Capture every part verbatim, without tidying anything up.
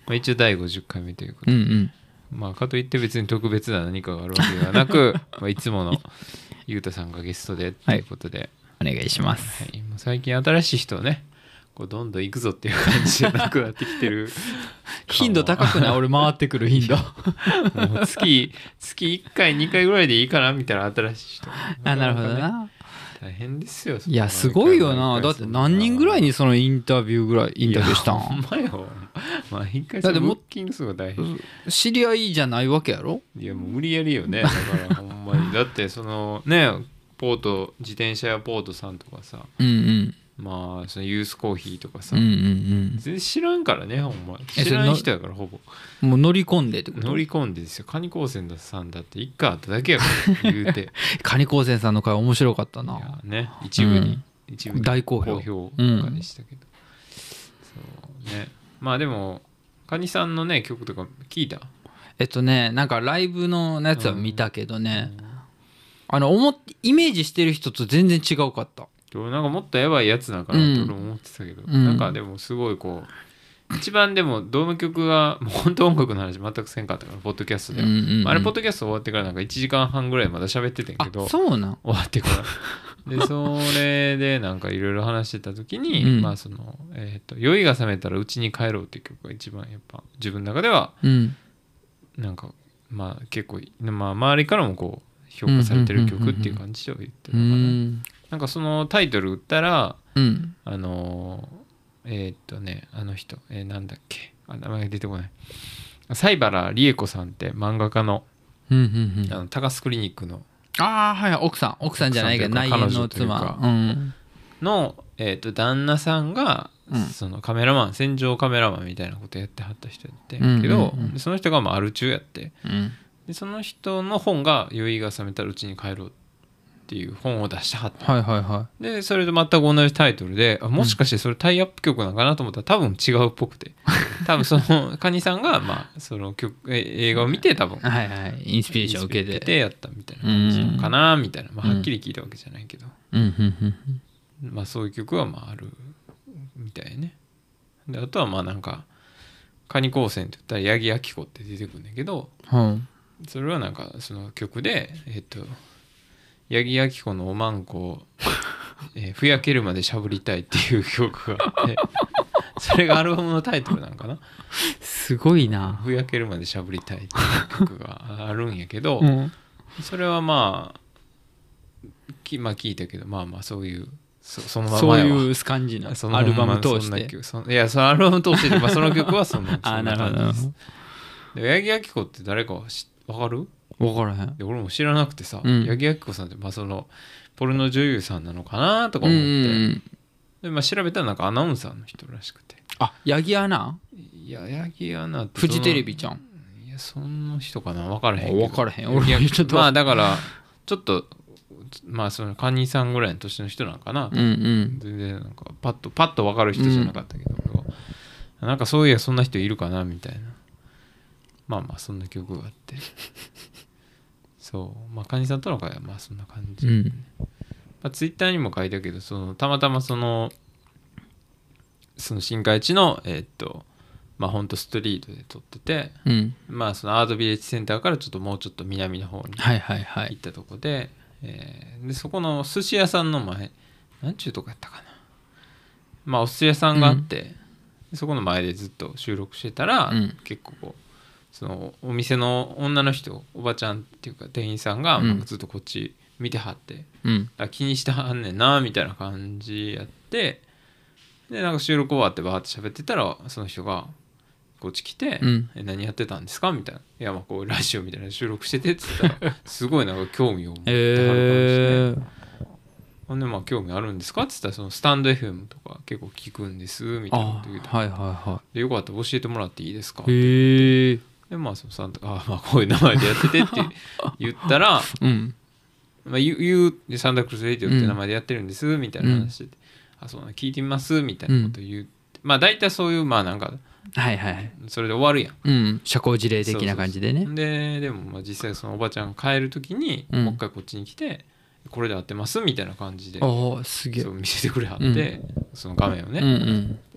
まあ、一応だいごじゅっかいめということで、 うんうんまあかといって別に特別な何かがあるわけではなくまあいつものゆうたさんがゲストでということで、 お願いします、 はい、もう最近新しい人をねこうどんどん行くぞっていう感じじゃなくなってきてる頻度高くない俺回ってくる頻度もう月月いっかいにかいぐらいでいいかなみたいな新しい人あなるほどな。 大変ですよ。 いやすごいよな。だって何人ぐらいにそのインタビューぐらいインタビューしたん。 ほんまよ。毎回だってもブッキング数が大変。 知り合いじゃないわけやろ。 いやもう無理やりよね。だからほんまにだってそのねポート自転車やポートさんとかさ、 うんうんまあそのユースコーヒーとかさ、 うんうんうん全然知らんからねほんま。知らん人やからほぼ。 もう乗り込んでってこと。 乗り込んでですよ。カニ高専さんだって一回あっただけやから言うて。 カニ高専さんの回面白かったな。 いやね一部に、うん一部大好評好評とかでしたけど、うん、そうねまあでもカニさんのね曲とか聞いた？ えっとねなんかライブのやつは見たけどね、うん、あの思っイメージしてる人と全然違うかった。 なんかもっとやばいやつなんかなって俺も思ってたけど、うん、なんかでもすごいこう一番でもどの曲がもう本当音楽の話全くせんかったからポッドキャストでは、うんうんうん、あれポッドキャスト終わってからなんかいちじかんはんぐらいまだ喋っててんけど、 そうなん終わってからでそれでなんかいろいろ話してた時に、うん、まあそのえっと酔いが覚めたらうちに帰ろうっていう曲が一番やっぱ自分の中では、うん、なんかまあ結構まあ周りからもこう評価されてる曲っていう感じを言ってるのかな、うんうんうんうん、なんかそのタイトル打ったら、うん、あのえー、っとねあの人、えー、なんだっけあ名前が出てこない西原理恵子さんって漫画家の、うんうんうん、あの高須クリニックのああはい奥さん奥さんじゃないけど内縁の妻、うん、 の、えー、と旦那さんが、うん、そのカメラマン戦場カメラマンみたいなことやってはった人やってんけど、うんうんうん、その人がまあアル中やって、うん、でその人の本が酔いが覚めたらうちに帰ろうっていう本を出してはって、 はいはいはい、 でそれと全く同じタイトルであもしかしてそれタイアップ曲なのかなと思ったら多分違うっぽくて多分そのカニさんがまあその曲映画を見て多分はいはいインスピレーションを受けててやったみたいな感じなのかなみたいな、まあ、はっきり聞いたわけじゃないけど、うん、まあそういう曲はまああるみたいね。であとはまあなんかカニ高専って言ったら八木亜希子って出てくるんだけど、うん、それはなんかその曲でえっと八木亜希子のおまんこを、えー、ふやけるまでしゃぶりたいっていう曲があってそれがアルバムのタイトルなのかな。 すごいな。 ふやけるまでしゃぶりたいっていう曲があるんやけど、うん、それはまあきまあ聞いたけどまあまあそういう そ, そのままそういう感じなアルバム通してそいやそのアルバム通して、まあ、その曲はそのそんな感じです。で八木亜希子って誰かわかる？ 分からへん。 で俺も知らなくてさ、うん、八木亜希子さんってまあそのポルノ女優さんなのかなとか思って、うんうん、で、まあ、調べたらなんかアナウンサーの人らしくて。 あ八木アナ？ いや八木アナってフジテレビちゃん。 いやその人かな分からへんけど分からへん俺もちょっとまあだからちょっとまあそのカニさんぐらいの年の人なのかな、うんうん、全然なんかパッとパッと分かる人じゃなかったけど、うん、なんかそういやそんな人いるかなみたいなまあまあそんな曲があってそうまあカニさんとの会はまあそんな感じ、うんまあ、ツイッターにも書いたけどそのたまたまそのその新海地のえー、っとまあほんとストリートで撮ってて、うん、まあそのアートビレッジセンターからちょっともうちょっと南の方に行ったとこで、はいはいはいえー、でそこの寿司屋さんの前なんちゅうとこやったかなまあお寿司屋さんがあって、うん、そこの前でずっと収録してたら、うん、結構こうそのお店の女の人おばちゃんっていうか店員さんがなんかずっとこっち見てはって、うん、だ気にしてはんねんなみたいな感じやってでなんか収録終わってバーって喋ってたらその人がこっち来て、うん、え何やってたんですかみたいな。いやまあこうラジオみたいな収録しててって言ったらすごいなんか興味を持ってはる感じで、えー、ほんでまあ興味あるんですかって言ったらそのスタンド エフエム とか結構聞くんですみたいなこと言うて、はいはいはい、でよかったら教えてもらっていいですかって言って、でまあそのサンタあまあこういう名前でやっててって言ったら、うんまあ、言う言うサンタクルスレイディオって名前でやってるんですみたいな話してて、うん、あそうな聞いてみますみたいなこと言う、うん、まあ大体そういうまあなんかはいはい、 それで終わるやん、 うん、社交辞令的な感じでね。 そうそうそうででもまあ実際そのおばちゃんが帰る時にもう一回こっちに来て、うん、これで合ってますみたいな感じでおすげえそう見せてくれはって、うん、その画面をね、うん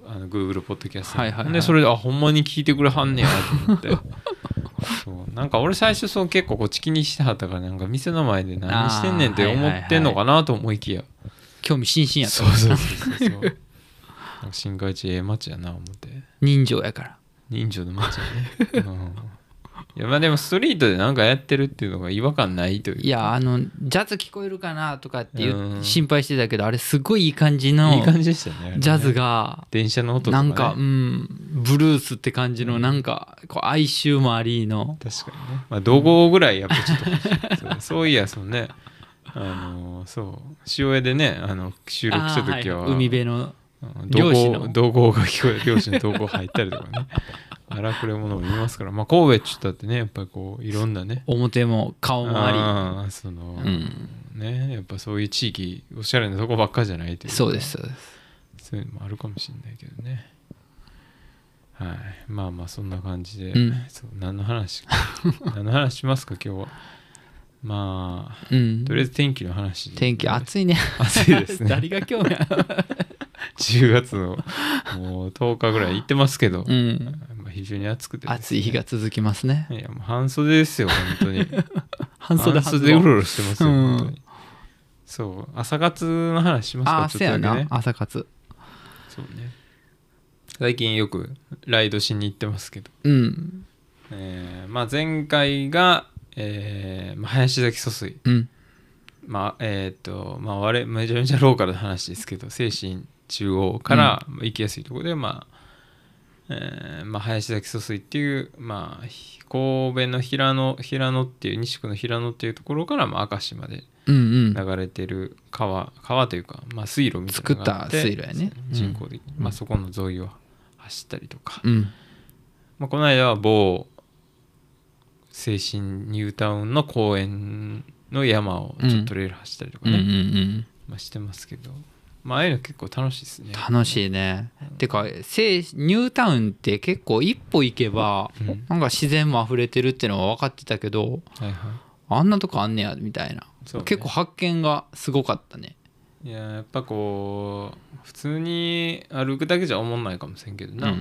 あの Google ポッドキャスト、 はいはいはい、 でそれであほんまに聞いてくれはんねやと思ってそうなんか俺最初そう結構こっち気にしてはったからなんか店の前で何してんねんって思ってんのかなと思いきや、 興味津々やったそうそうそうそうそうなんか新海地ええ街やな思って人情やから人情の街やね、うんいやまあでもストリートでなんかやってるっていうのが違和感ないというかいやあのジャズ聞こえるかなとかっていううん心配してたけどあれすごいいい感じのいい感じでしたねジャズが電車の音とか、ね、 なんかうんブルースって感じのなんかこう哀愁もありの確かにねまあ怒号ぐらいやっぱちょっと欲しいそうそういやそのねあのそう塩江でねあの収録した時は、 はい、海辺のうん漁師の怒号が聞こえる漁師の怒号入ったりとかね荒くれ者もいますからまあ神戸っちゅったってねやっぱりこういろんなね表も顔もありあその、 うん、 ねやっぱそういう地域おしゃれなとこばっかじゃないというかそうですそうですそういうのもあるかもしれないけどねはいまあまあそんな感じで、 うん、 そう何の話何の話しますか今日はまあ、 うん、 とりあえず天気の話天気暑いね暑いですね誰が興味あるじゅうがつのもうとおかぐらい行ってますけど、 うんまあ、非常に暑くて、 ね、暑い日が続きますねいやもう半袖ですよ本当に半袖半袖うろうろしてますよ、 うん、 本当にそう朝活の話しますかあちょっとだけねそうやな朝活そうね最近よくライドしに行ってますけど、 うんえーまあ、前回が、えーまあ、林崎疎水、 うんまあえっ、ー、とまあ我々めちゃめちゃローカルな話ですけど精神中央から行きやすいところで、うんまあえーまあ、林崎疎水っていう、まあ、神戸の平野平野っていう西区の平野っていうところから、まあ、明石まで流れてる川、うんうん、川というか、まあ、水路みたいなのがあって作った水路やね人工的に、 うんまあ、そこの沿いを走ったりとか、 うんまあ、この間は某精神ニュータウンの公園の山をちょっとトレイル走ったりとかね、 うんうんうんうんまあ、してますけど、まあああいうの結構楽しいですね。 楽しいね、うん、てかニュータウンって結構一歩行けば、うん、なんか自然も溢れてるっていうのは分かってたけど、はいはい、あんなとこあんねやみたいな、ね、結構発見がすごかったね。 いややっぱこう普通に歩くだけじゃおもんないかもしれんけどな、うんうん、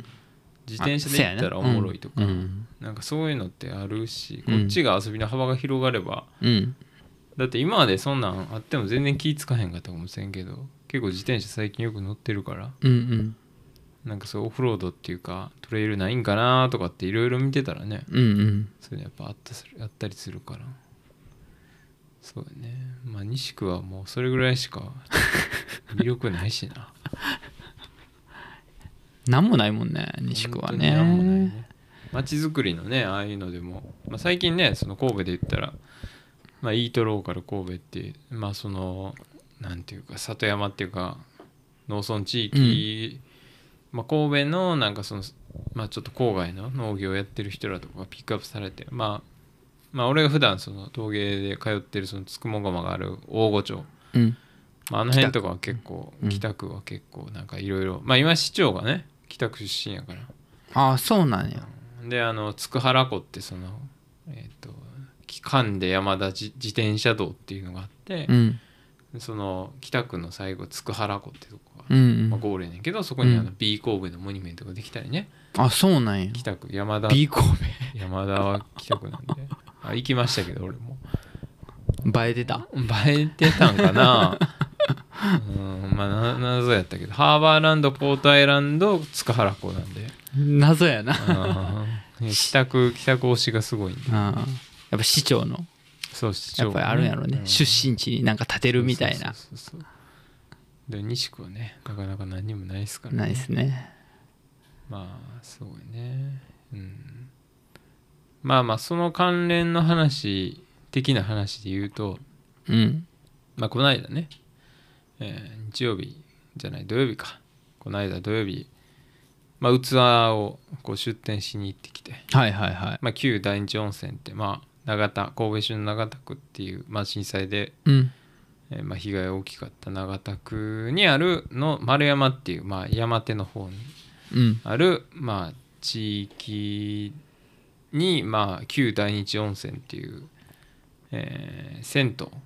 自転車で行ったらおもろいとか、うん、なんかそういうのってあるし、こっちが遊びの幅が広がれば、うん、だって今までそんなんあっても全然気ぃつかへんかったかもしれんけど結構自転車最近よく乗ってるから、うんうん、なんかそうオフロードっていうかトレイルないんかなとかっていろいろ見てたらね、うんうん、そういうのやっぱあったするあったりするからそうだね。まあ西区はもうそれぐらいしか魅力ないしななんもないもんね西区はね。 なんもないね。街づくりのねああいうのでも、まあ、最近ねその神戸で言ったら、まあ、イートローカル神戸ってまあそのなんていうか里山っていうか農村地域、うんまあ、神戸のなんかその、まあ、ちょっと郊外の農業をやってる人らとかがピックアップされて、まあ、まあ俺が普段その陶芸で通ってるそのつくも窯がある大御町、うんまあ、あの辺とかは結構北区は結構なんかいろいろまあ今市長がね北区出身やからああそうなんや。 であの筑原湖ってそのえっ、ー、と関で山田自転車道っていうのがあって、うん、その北区の最後筑原湖ってとこが、うんうんまあ、ゴールやねんけどそこにあの B 神戸のモニュメントができたりね、 うん、あそうなんや。 北区山田 B 神戸山田は北区なんであ行きましたけど俺も映えてた映えてたんかなうんまあ謎やったけどハーバーランドポートアイランド塚原湖なんで謎やな北区北区推しがすごいんであやっぱ市長のそう市長、 ね、やっぱりあるんやろね、うん、出身地になんか建てるみたいな。そうそうそうそうで西区はねなかなか何にもないですからね。 ないですね。 まあすごいねうんまあまあその関連の話的な話で言うとうんまあこの間ね、えー、日曜日じゃない土曜日かこの間土曜日まあ器をこう出店しに行ってきてはいはいはいまあ旧大日温泉ってまあ長田神戸市の長田区っていう、まあ、震災で、 うんえーまあ、被害が大きかった長田区にあるの丸山っていう、まあ、山手の方にある、うんまあ、地域に、まあ、旧大日温泉っていう、えー銭湯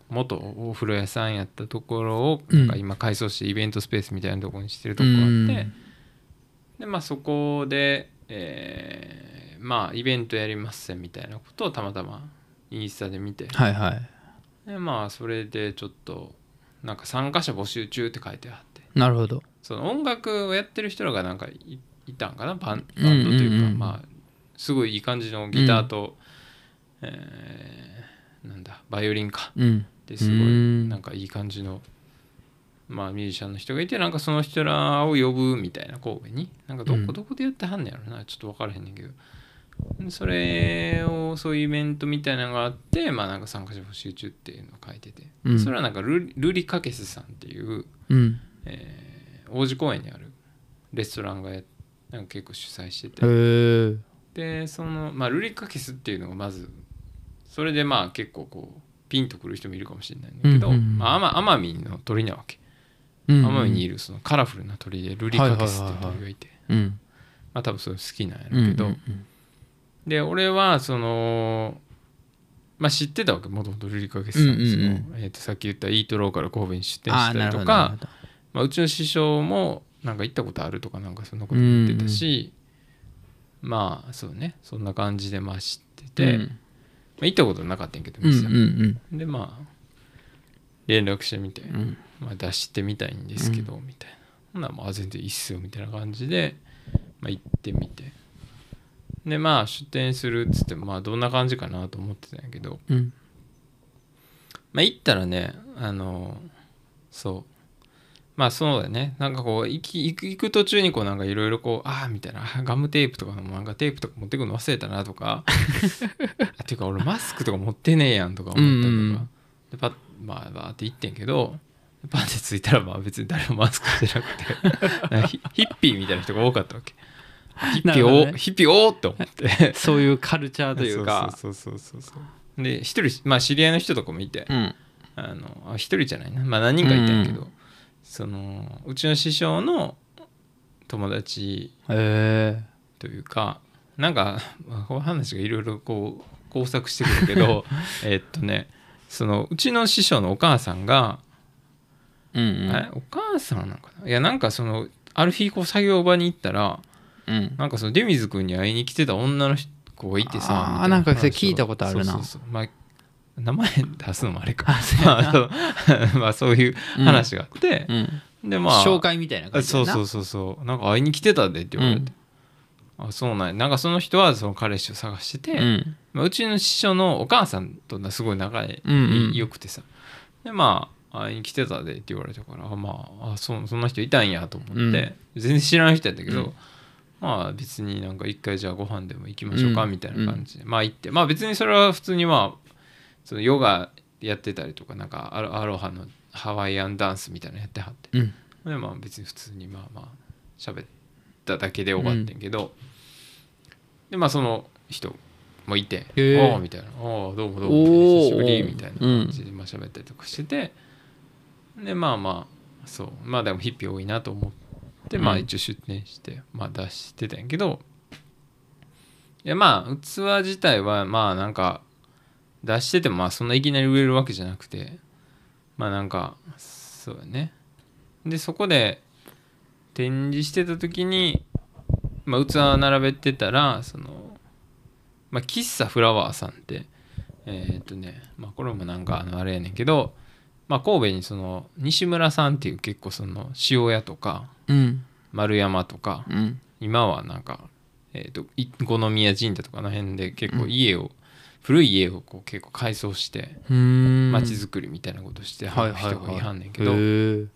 元お風呂屋さんやったところをなんか今改装してイベントスペースみたいなところにしてるとこがあって、うん、でまあそこで、えー、まあイベントやりますみたいなことをたまたまインスタで見て、 はいはい、 でまあそれでちょっとなんか参加者募集中って書いてあって、 なるほど、 その音楽をやってる人らがなんか い, いたんかな、バン、バンドというか、うんうんうん、まあすごいいい感じのギターと、うん、えー、なんだバイオリンか、うん、ですごいなんかいい感じの、まあ、ミュージシャンの人がいて、なんかその人らを呼ぶみたいな、神戸になんかどこどこでやってはんねやろな、ちょっと分からへんねんけど、それをそういうイベントみたいなのがあって、まあなんか参加者募集中っていうのを書いてて、うん、それはなんか ル, ルリカケスさんっていう、うん、えー、王子公園にあるレストランがやなんか結構主催してて、へでその、まあ、ルリカケスっていうのがまずそれでまあ結構こうピンとくる人もいるかもしれないんだけど、うんうんうん、まあ、奄美の鳥なわけ、うんうん、奄美にいるそのカラフルな鳥でルリカケスっていう鳥がいて、はいはいはいはい、まあ多分それ好きなんやろうけど、うんうんうん、で俺はそのまあ知ってたわけ、もともとルリカケスさん、うんうんうん、えー、とさっき言ったイートローから神戸に出店したりとか、まあ、うちの師匠もなんか行ったことあるとかなんかそんなこと言ってたし、うんうん、まあそうね、そんな感じでまあ知ってて、うん、まあ、行ったことなかったんやけど店、うんうんうん、でまあ連絡してみて、うん、まあ、出してみたいんですけど、うん、みたいな、ほんならまあ全然いいっすよみたいな感じで、まあ、行ってみて、でまあ出店するっつってまあどんな感じかなと思ってたんやけど、うん、まあ行ったらね、あのそうまあそうだね、なんかこう行き行く行く途中にこうなんかいろいろこうああみたいな、ガムテープとかもなんかテープとか持ってくるの忘れたなとかっていうか俺マスクとか持ってねえやんとか思ったりとか、うんうん、でパッまあバーって行ってんけど、パッて着いたらまあ別に誰もマスクしてなくてなんかヒッピーみたいな人が多かったわけ。ヒッピーお、ね、ヒッピーおーって思ってそういうカルチャーというか、 そうそうそうそうそうで一人まあ知り合いの人とかもいて、うん、あの一人じゃないな、まあ何人かいたんやけど、うん、そのうちの師匠の友達というか、なんかこの話がいろいろこう工作してくるけどえっとねそのうちの師匠のお母さんが、うんうん、えお母さんなのかな、いやなんかそのある日こう作業場に行ったら、うん、なんかその出水君に会いに来てた女の子がいてさ、 ああなんかそれ聞いたことあるな。そうそうそう、 まあ、名前出すのもあれかまあそうまあそういう話があって、うんうん、でまあ紹介みたいな感じだな。 そうそうそうそう、なんか会いに来てたでって言われて、うん、あそうなんや、なんかその人はその彼氏を探してて、うんまあ、うちの師匠のお母さんとすごい仲良くてさ、でまあ会いに来てたでって言われたから、あまああ そ, そんな人いたんやと思って、うん、全然知らない人やったけど、うんまあ別になんか一回じゃあご飯でも行きましょうかみたいな感じで、うん、まあ行って、まあ別にそれは普通にまあそのヨガやってたりとかなんかアロアロハのハワイアンダンスみたいなのやってはって、うん、でまあ別に普通にまあまあ喋っただけで終わってんけど、うん、でまあその人もいて、ああみたいな、ああどうもどうも久しぶりみたいな感じでまあ喋ったりとかしてて、でまあまあそうまあでもヒッピー多いなと思って。でまあ一応出店して、まあ、出してたんやけど、いやまあ器自体はまあなんか出しててもまあそんないきなり売れるわけじゃなくて、まあなんかそうだね、でそこで展示してた時に、まあ、器並べてたらその、まあ、喫茶フラワーさんってえー、っとねまあこれもなんかあのあれやねんけど、まあ、神戸にその西村さんっていう結構その塩屋とか、うん、丸山とか、うん、今はなんか、えー、と五宮神社とかの辺で結構家を、うん、古い家をこう結構改装して街づくりみたいなことしてはる人がいはんねんけど、はいはいはい、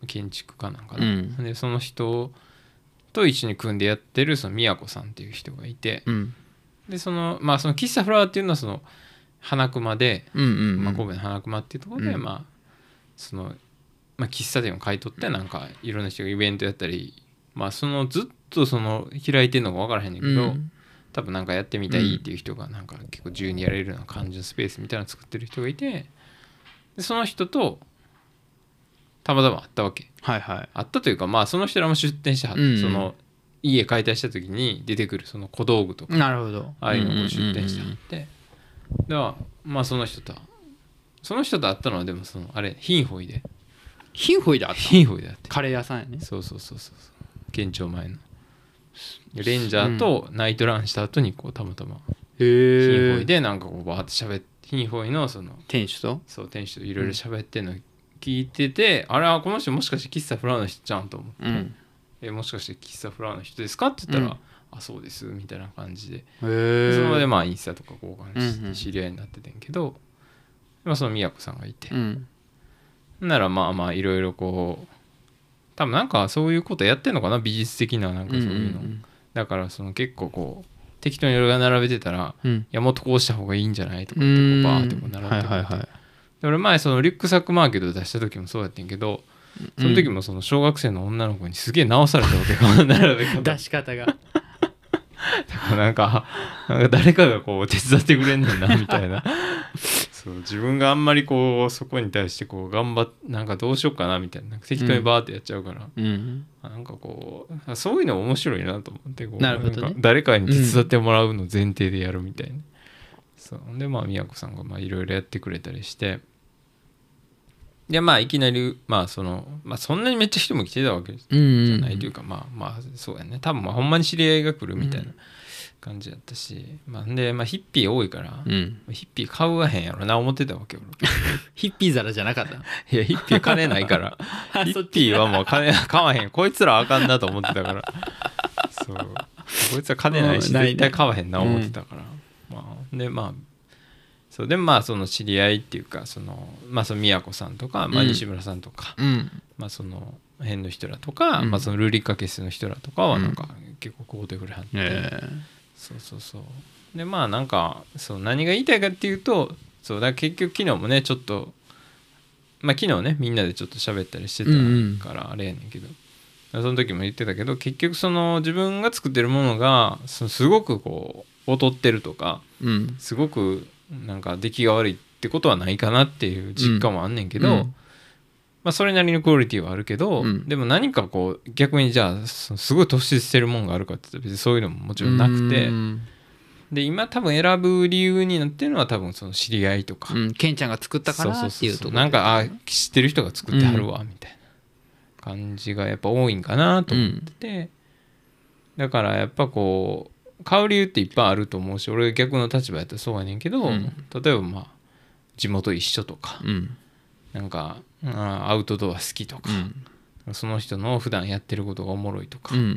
建築家なんかな、うん、でその人と一緒に組んでやってるその宮子さんっていう人がいて、うん、でそのまあその喫茶フラワーっていうのはその花熊で、うんうんうんまあ、神戸の花熊っていうところで、うん、まあその、まあ、喫茶店を買い取ってなんかいろんな人がイベントやったり、まあそのずっとその開いてるのか分からへんねんけど、うん、多分なんかやってみたいっていう人がなんか結構自由にやれるような感じのスペースみたいなのを作ってる人がいて、でその人とたまたま会ったわけ、はいはい、会ったというかまあその人らも出店してはって、うんうん、その家解体した時に出てくるその小道具とかなるほどああいうのを出店してはって、ではまあその人とその人と会ったのはでもそのあれヒンホイでヒンホイで会ったヒンホイで会ってカレー屋さんやね。 そうそうそうそう県庁前のレンジャーとナイトランした後にこうたまたまヒンホイでなんかこうバーって喋ってヒンホイのその店主とそう店主といろいろ喋ってんの聞いてて、うん、あれはこの人もしかして喫茶フラワーの人じゃんと思って、うん、えもしかして喫茶フラワーの人ですかって言ったら、うん、あそうですみたいな感じで、その場でまあインスタとか交換して知り合いになっててんけど、うんうん、まあ、その宮子さんがいて、うん、ならまあまあいろいろこう多分なんかそういうことやってんのかな美術的ななんかそういうの、うんうんうん、だからその結構こう適当に色が並べてたら、うん、いやもっとこうした方がいいんじゃないとかってこうバーってこう並べてくれて、はいはいはい、で俺前そのリュックサックマーケット出した時もそうやってんけど、その時もその小学生の女の子にすげえ直されたわけか並べ方出し方がだからなんかなんか誰かがこう手伝ってくれんねんなみたいなそう自分があんまりこうそこに対してこう頑張っなんかどうしようかなみたい な, なんか適当にバーってやっちゃうから、うん、なんかこうそういうの面白いなと思ってこうなるほど、ね、 なんか誰かに手伝ってもらうの前提でやるみたいな、うん、そうでまあ宮子さんがいろいろやってくれたりしてでまあいきなりまあそのまあそんなにめっちゃ人も来てたわけじゃないというか、うんうんうん、まあまあそうやね多分まあほんまに知り合いが来るみたいな感じだったし、まあ、で、まあ、ヒッピー多いから、うん、ヒッピー買うわへんやろな思ってたわけよヒッピー皿じゃなかったいやヒッピー金ないからヒッピーはもう金買わへんこいつらあかんなと思ってたからそうこいつら金ないし絶対買わへんな思ってたから、うん、まあ、でまあそうでまあその知り合いっていうかそのまあその宮子さんとか、まあ、西村さんとか、うん、まあその辺の人らとか、うん、まあそのルリカケスの人らとかはなんか結構買うてくれはって、えーそうそうそうでまあなんかそう何が言いたいかっていうとそうだ結局昨日もねちょっとまあ昨日ねみんなでちょっと喋ったりしてたからあれやねんけど、うんうん、その時も言ってたけど結局その自分が作ってるものがそのすごくこう劣ってるとか、うん、すごくなんか出来が悪いってことはないかなっていう実感もあんねんけど、うんうんまあ、それなりのクオリティはあるけど、うん、でも何かこう逆にじゃあすごい突出してるもんがあるかって言ったら別にそういうのももちろんなくてで今多分選ぶ理由になってるのは多分その知り合いとか、 うん、ケンちゃんが作ったからっていうところなんかあ知ってる人が作ってはるわみたいな感じがやっぱ多いんかなと思ってて、うん、だからやっぱこう買う理由っていっぱいあると思うし俺逆の立場やったらそうやねんけど、うん、例えばまあ地元一緒とか、うん、なんかアウトドア好きとか、うん、その人の普段やってることがおもろいとか、うんうんうん、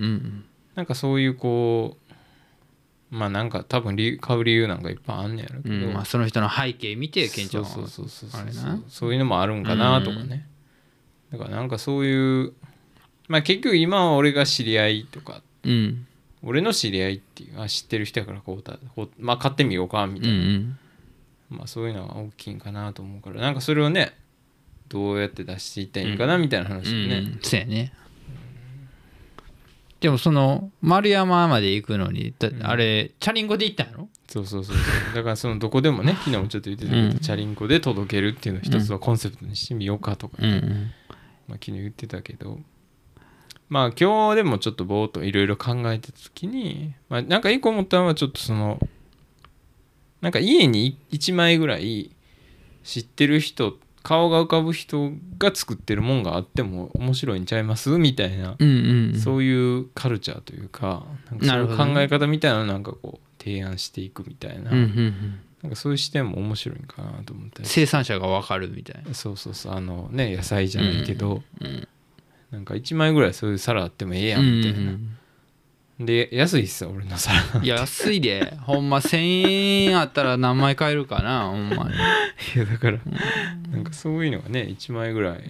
なんかそういうこうまあなんか多分買う理由なんかいっぱいあんねやろけど、 うんまあ、その人の背景見てケンちゃんはそうそうそうそうそうそういうのもあるんかなとかね、うん、だからなんかそういうまあ結局今は俺が知り合いとか、うん、俺の知り合いっていうあ知ってる人やからこうたこうまあ買ってみようかみたいな、うんうん、まあそういうのが大きいんかなと思うからなんかそれをねどうやって出していったらいいかな、うん、みたいな話でね、うん、 そうやね、うん、でもその丸山まで行くのにだ、うん、あれチャリンコで行ったんやろそうそうそうそうだからそのどこでもね昨日もちょっと言ってたけど、うん、チャリンコで届けるっていうのを一つはコンセプトにしてみようかとか、ねうんうんまあ、昨日言ってたけどまあ今日でもちょっとぼーっといろいろ考えてた時に、まあ、なんか一個思ったのはちょっとそのなんか家にいちまいぐらい知ってる人顔が浮かぶ人が作ってるもんがあっても面白いんちゃいますみたいな、うんうんうん、そういうカルチャーというか、なんかそういう考え方みたいなのなんかこう提案していくみたいな、うんうんうん、なんかそういう視点も面白いんかなと思ったり生産者が分かるみたいなそうそうそうあのね野菜じゃないけど、うんうん、なんかいちまいぐらいそういう皿あってもええやんみたいな、うんうんうん、で安いっすよ俺の皿いや安いでほんませんえんあったら何枚買えるかなほんまにいやだから、うん、なんかそういうのがねいちまいぐらい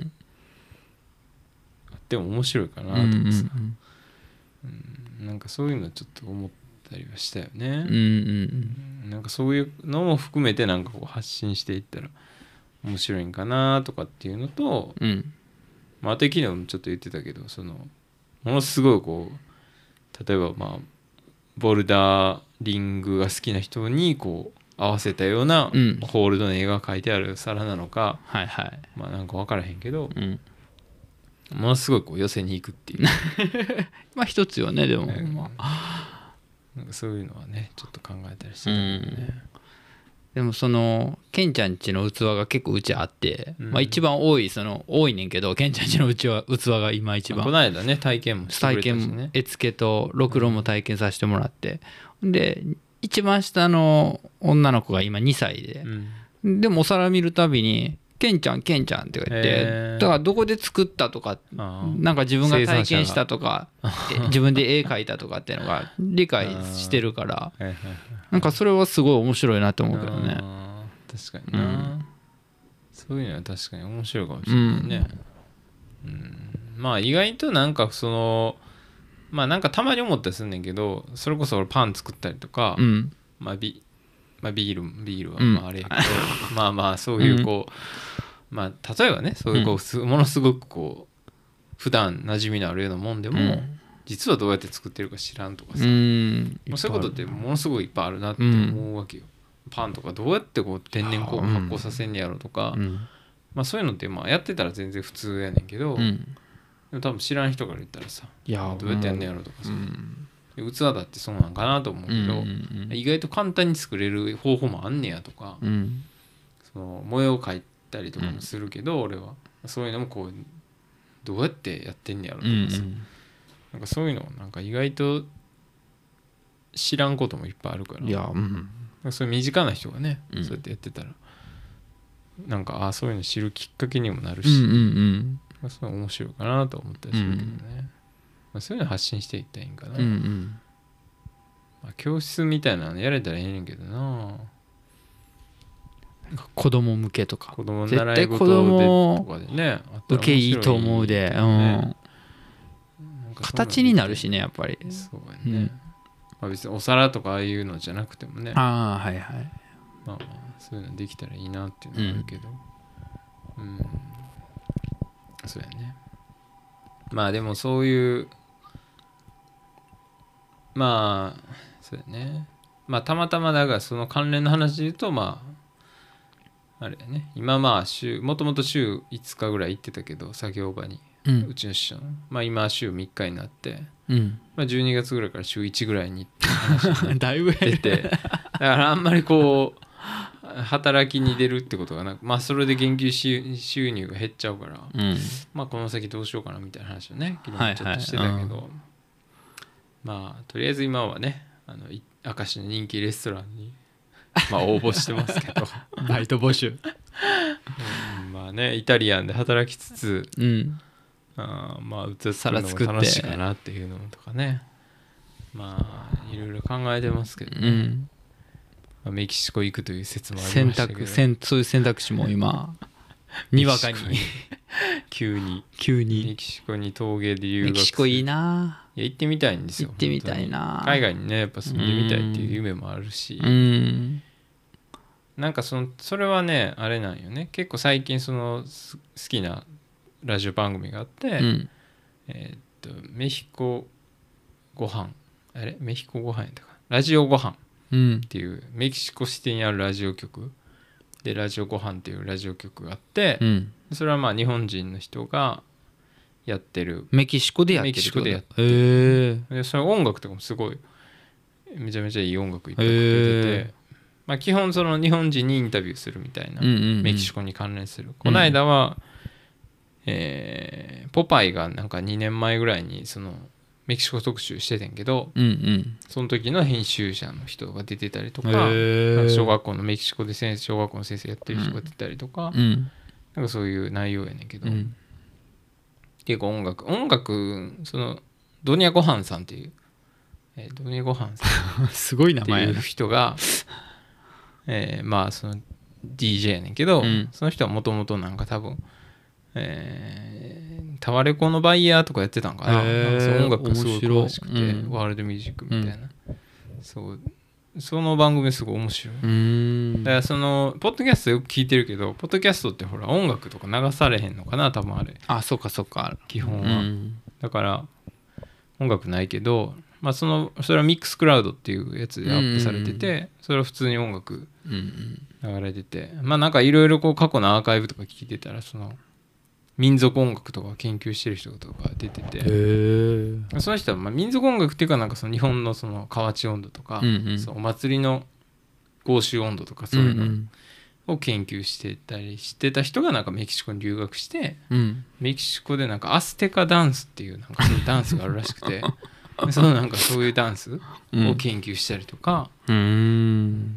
あっても面白いかなと思ってさ、うんうんうん、なんかそういうのちょっと思ったりはしたよね、うんうんうん、なんかそういうのも含めてなんかこう発信していったら面白いんかなとかっていうのと、うんまあ、あと昨日もちょっと言ってたけどそのものすごいこう例えばまあボルダーリングが好きな人にこう合わせたようなホールドの絵が描いてある皿なのか、うんはいはい、まあなんか分からへんけど、うん、ものすごいこう寄せに行くっていうまあ一つよねでも、 うんまあ、なんかそういうのはねちょっと考えたりしてたけどね、 うでもそのケンちゃんちの器が結構うちあって、うん、まあ一番多いその多いねんけどケンちゃんちのうちは器が今一番、 この間ね体験もしてくれたしね、 体験絵付けとろくろも体験させてもらって、うん、で一番下の女の子が今にさいで、うん、でもお皿見るたびにケンちゃんケンちゃんって言ってだからどこで作ったとかなんか自分が体験したとか自分で絵描いたとかっていうのが理解してるからなんかそれはすごい面白いなと思うけどね。 確かにな、うん、そういうのは確かに面白いかもしれないね、うんうん、まあ意外となんかそのまあなんかたまに思ったりすんねんけどそれこそ俺パン作ったりとか、うんまあビまあ、ビールビールはまああれやけど、うん、まあまあそういうこう、うん、まあ例えばねそういうこう、うん、ものすごくこう普段馴染みのあるようなもんでも、うん、実はどうやって作ってるか知らんとかさ、うん、もうそういうことってものすごいいっぱいあるなって思うわけよ、うん、パンとかどうやってこう天然酵母発酵させんねやろとか、うん、まあそういうのってまあやってたら全然普通やねんけど、うん、でも多分知らん人から言ったらさいやどうやってやんねやろとかさ、うん器だってそうなんかなと思うけど、うんうんうん、意外と簡単に作れる方法もあんねやとか、うん、その模様を描いたりとかもするけど、うん、俺はそういうのもこうどうやってやってんねやろとかさ、うんうん、なんかそういうのなんか意外と知らんこともいっぱいあるから、いや、うん、そういう身近な人がね、うん、そうやってやってたらなんかあそういうの知るきっかけにもなるし、うんうんうん、そういうの面白いかなと思ったりするけどね、うんまあ、そういうの発信していったらいいんかな、うんうんまあ、教室みたいなのやれたらいいねんけどな子供向けとか子供の習い事でとかでね受けいいと思うで、ねうん、形になるしねやっぱりそうやね、うんまあ、別にお皿とかああいうのじゃなくてもねああはいはいまあまあそういうのできたらいいなっていうのはあるけどうん、うん、そうやねまあでもそういうまあそうだねまあたまたまだがその関連の話で言うとまああれやね今まあ週もともと週いつかぐらい行ってたけど作業場に、うん、うちの師匠のまあ今は週みっかになって、うんまあ、じゅうにがつぐらいから週いちぐらいにって話にだいぶ出てだからあんまりこう働きに出るってことがなくまあそれで研究収入が減っちゃうから、うん、まあこの先どうしようかなみたいな話をね昨日ちょっとしてたけど、はいはいうんまあとりあえず今はねあの明石の人気レストランにまあ応募してますけどバイト募集、 うん、まあねイタリアンで働きつつ、うん、あまあ器作るのも楽しいかなっていうのとかねまあいろいろ考えてますけどね、うんまあ、メキシコ行くという説もありましたけど選択そういう選択肢も今にわかに急に急にメキシコに陶芸で留学メキシコいいないや行ってみたいんですよ行ってみたいな海外にねやっぱ住んでみたいっていう夢もあるしうんなんかそのそれはねあれなんよね結構最近その好きなラジオ番組があって、うん、えー、っとメヒコご飯あれメヒコご飯やったかラジオご飯っていう、うん、メキシコシティにあるラジオ局でラジオご飯っていうラジオ局があって、うん、それはまあ日本人の人がやってるメキシコでやってるメキシコでやってるでその音楽とかもすごいめちゃめちゃいい音楽いっぱいかけてて、まあ、基本その日本人にインタビューするみたいな、うんうんうん、メキシコに関連するこの間は、えー、ポパイがなんかにねんまえぐらいにそのメキシコ特集しててんけど、うんうん、その時の編集者の人が出てたりとか、なんか小学校のメキシコで先生小学校の先生やってる人が出てたりとか、うん、なんかそういう内容やねんけど、うん、結構音楽音楽そのドニャゴハンさんっていう、えー、ドニャゴハンさんすごい名前っていう人が、えー、まあその ディージェー やねんけど、うん、その人はもともとなんか多分えー、タワレコのバイヤーとかやってたんかな、えー、なんかそう音楽がすごい詳しくて、うん、ワールドミュージックみたいな、うん、そうその番組すごい面白い。うんだからそのポッドキャストよく聞いてるけどポッドキャストってほら音楽とか流されへんのかな多分あれあそうかそうか基本は、うん、だから音楽ないけどまあそのそれはミックスクラウドっていうやつでアップされてて、うんうん、それは普通に音楽流れてて、まあなんかいろいろこう過去のアーカイブとか聞いてたらその民族音楽とか研究してる人とか出てて、その人はまあ民族音楽っていうかなんかその日本のその河内音頭とか、うんうん、そのお祭りの公衆温度とかそういうのを研究してたりしてた人がなんかメキシコに留学して、 うん、 メキシコでなんかアステカダンスっていうなんかそういうダンスがあるらしくてそのなんかそういうダンスを研究したりとか、 うん、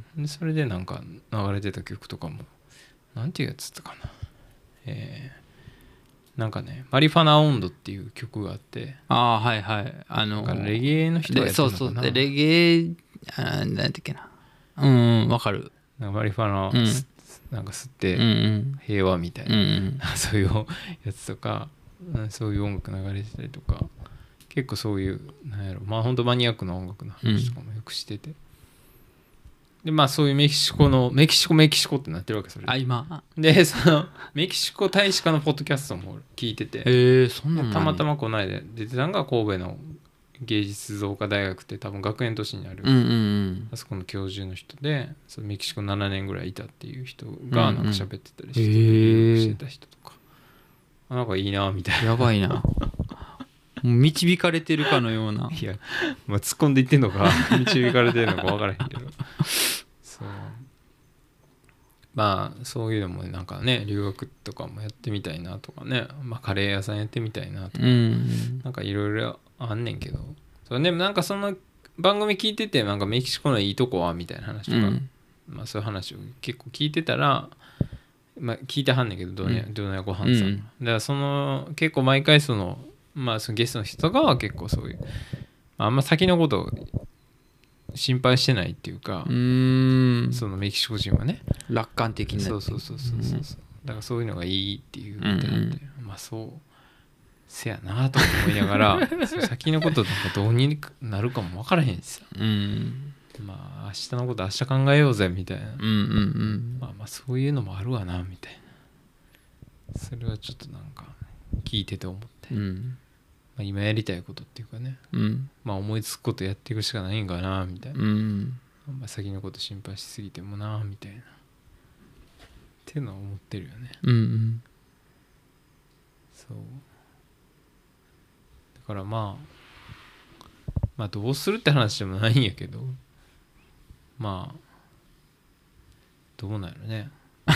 でそれでなんか流れてた曲とかもなんていうやつだったかな、えー、なんかねマリファナ温度っていう曲があって、 ああはいはいあのなんかレゲエの人がやってるのかな。 そうそうでレゲエあなんだっけなうんわかる。 なんかマリファナ、うん、なんか吸って平和みたいな、 うんうん、 そういうやつとかそういう音楽流れてたりとか結構そういうなんやろまあ本当マニアックな音楽の話とかもよくしてて、うん、でまあそういうメキシコのメキシコメキシコってなってるわけそれで。 あ今でそのメキシコ大使館のポッドキャストも聞いてて、 へえそんなのたまたまこの間出てたのが神戸の芸術造花大学って多分学園都市にある、 うんうんうん、 あそこの教授の人でそのメキシコななねんぐらいいたっていう人がなんか喋ってたりして、うんうん、してた人とかなんかいいなみたいな。 やばいなもう導かれてるかのような。 いや、まあ、突っ込んでいってんのか導かれてるのか分からへんけどそうまあそういうのもなんかね留学とかもやってみたいなとかね、まあ、カレー屋さんやってみたいなとか、うん、なんかいろいろあんねんけどそれでもなんかその番組聞いててなんかメキシコのいいとこはみたいな話とか、うん、まあそういう話を結構聞いてたら、まあ、聞いてはんねんけどどうやごはんさん、うん、だからその結構毎回そのまあそのゲストの人とかは結構そういうあんま先のことを心配してないっていうか、うーんそのメキシコ人はね楽観的なそうそうそうそうそう、うん、だからそういうのがいいっていうみたいなんで、うんうん、まあそうせやなと思いながら先のことなんかどうになるかも分からへんしさ、うん、まあ明日のこと明日考えようぜみたいな、うんうんうん、まあまあそういうのもあるわなみたいな、それはちょっとなんか聞いてて思って、うんまあ、今やりたいことっていうかね、うん、まあ思いつくことやっていくしかないんかなみたいな、うんまあ、先のこと心配しすぎてもなみたいなっていうのは思ってるよね、うんうん、そうだからまあまあどうするって話でもないんやけどまあどうなるね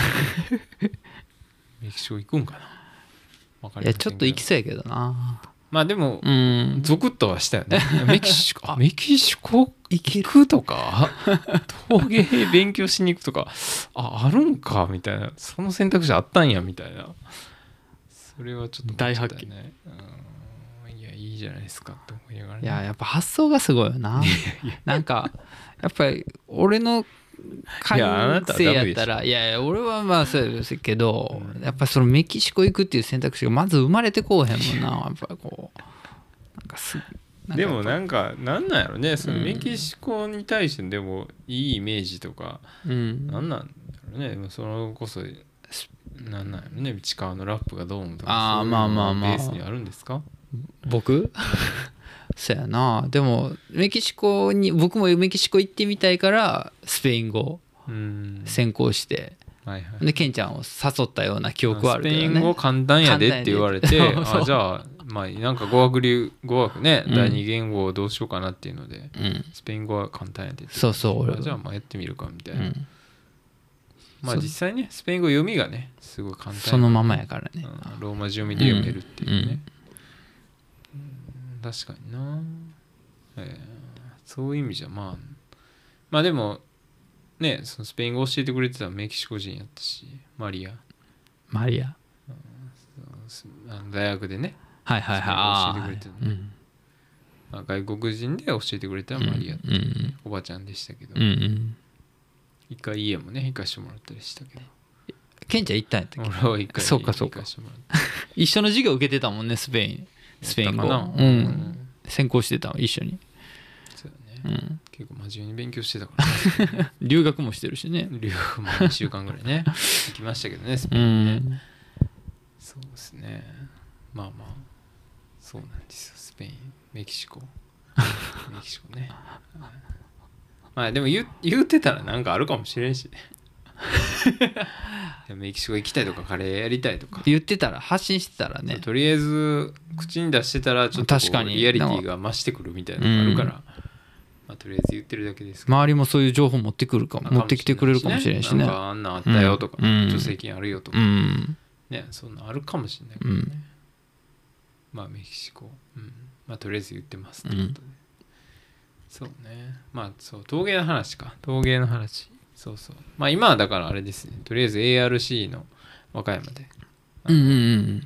メキシコ行くんかな分かりませんけど、いやちょっと行きそうやけどな。 まあでもゾクッとはしたよねメキシコメキシコ行くとか陶芸勉強しに行くとか あ, あるんかみたいな、その選択肢あったんやみたいな、それはちょっと大発見、 うん、いやいいじゃないですかって思いながら、ね、 いややっぱ発想がすごいよななんかやっぱり俺の感性やったら い, いやいや俺はまあそうですけど、うん、やっぱそのメキシコ行くっていう選択肢がまず生まれてこうへんもんなやっぱこうなんかすなんかでもなんかなんなんやろねそのメキシコに対してでもいいイメージとか、うん、なんなんだろうね、それこそなんなんやろね市川のラップがどうもとかあそういうのがベースにあるんですか僕そうやな。でもメキシコに僕もメキシコ行ってみたいからスペイン語専攻して、はいはい、でケンちゃんを誘ったような記憶はあるけどね。 スペイン語簡単やでって言われてあじゃあまあなんか語学流語学ね、うん、だいに言語をどうしようかなっていうので、うん、スペイン語は簡単やでってそうそうじゃあまあやってみるかみたいな、うん、まあ実際ねスペイン語読みがねすごい簡単そのままやからね、 うん、ローマ字読みで読めるっていうね、うん、確かにな、えー、そういう意味じゃまあまあでもねそのスペイン語教えてくれてたメキシコ人やったしマリアマリア、 うん、あの大学でねはいはいはい教えてくれてた、ねうん、外国人で教えてくれたマリアって、うんうん、おばちゃんでしたけど、うんうん、一回家もね行かしてもらったりしたけどケンちゃん行ったんやったっけ。 俺は一回そうかそうか一緒の授業受けてたもんねスペインスペイン語、うんうん、専攻してた一緒にそうだね、うん、結構真面目に勉強してたから、 ね、留学もしてるしね留学もにしゅうかんぐらいね行きましたけどねスペインね、うん、そうですねまあまあそうなんですよスペインメキシコメキシコねまあでも 言, 言ってたらなんかあるかもしれんしねメキシコ行きたいとかカレーやりたいとか言ってたら発信してたらねとりあえず口に出してたらちょっとこうリアリティが増してくるみたいなのがあるから、うんまあ、 まあ、とりあえず言ってるだけですけど周りもそういう情報持ってくるかも、持ってきてくれるかもしれんしね。 なんかあんなあったよとか、うん、助成金あるよとか、うん、ね、そんなあるかもしれないけどね、うん、まあメキシコ、うん、まあとりあえず言ってますってことで、うん、そうね、まあそう陶芸の話か、陶芸の話、そうそう、まあ今はだからあれですね、とりあえず エーアールシー の和歌山でうんうんうん、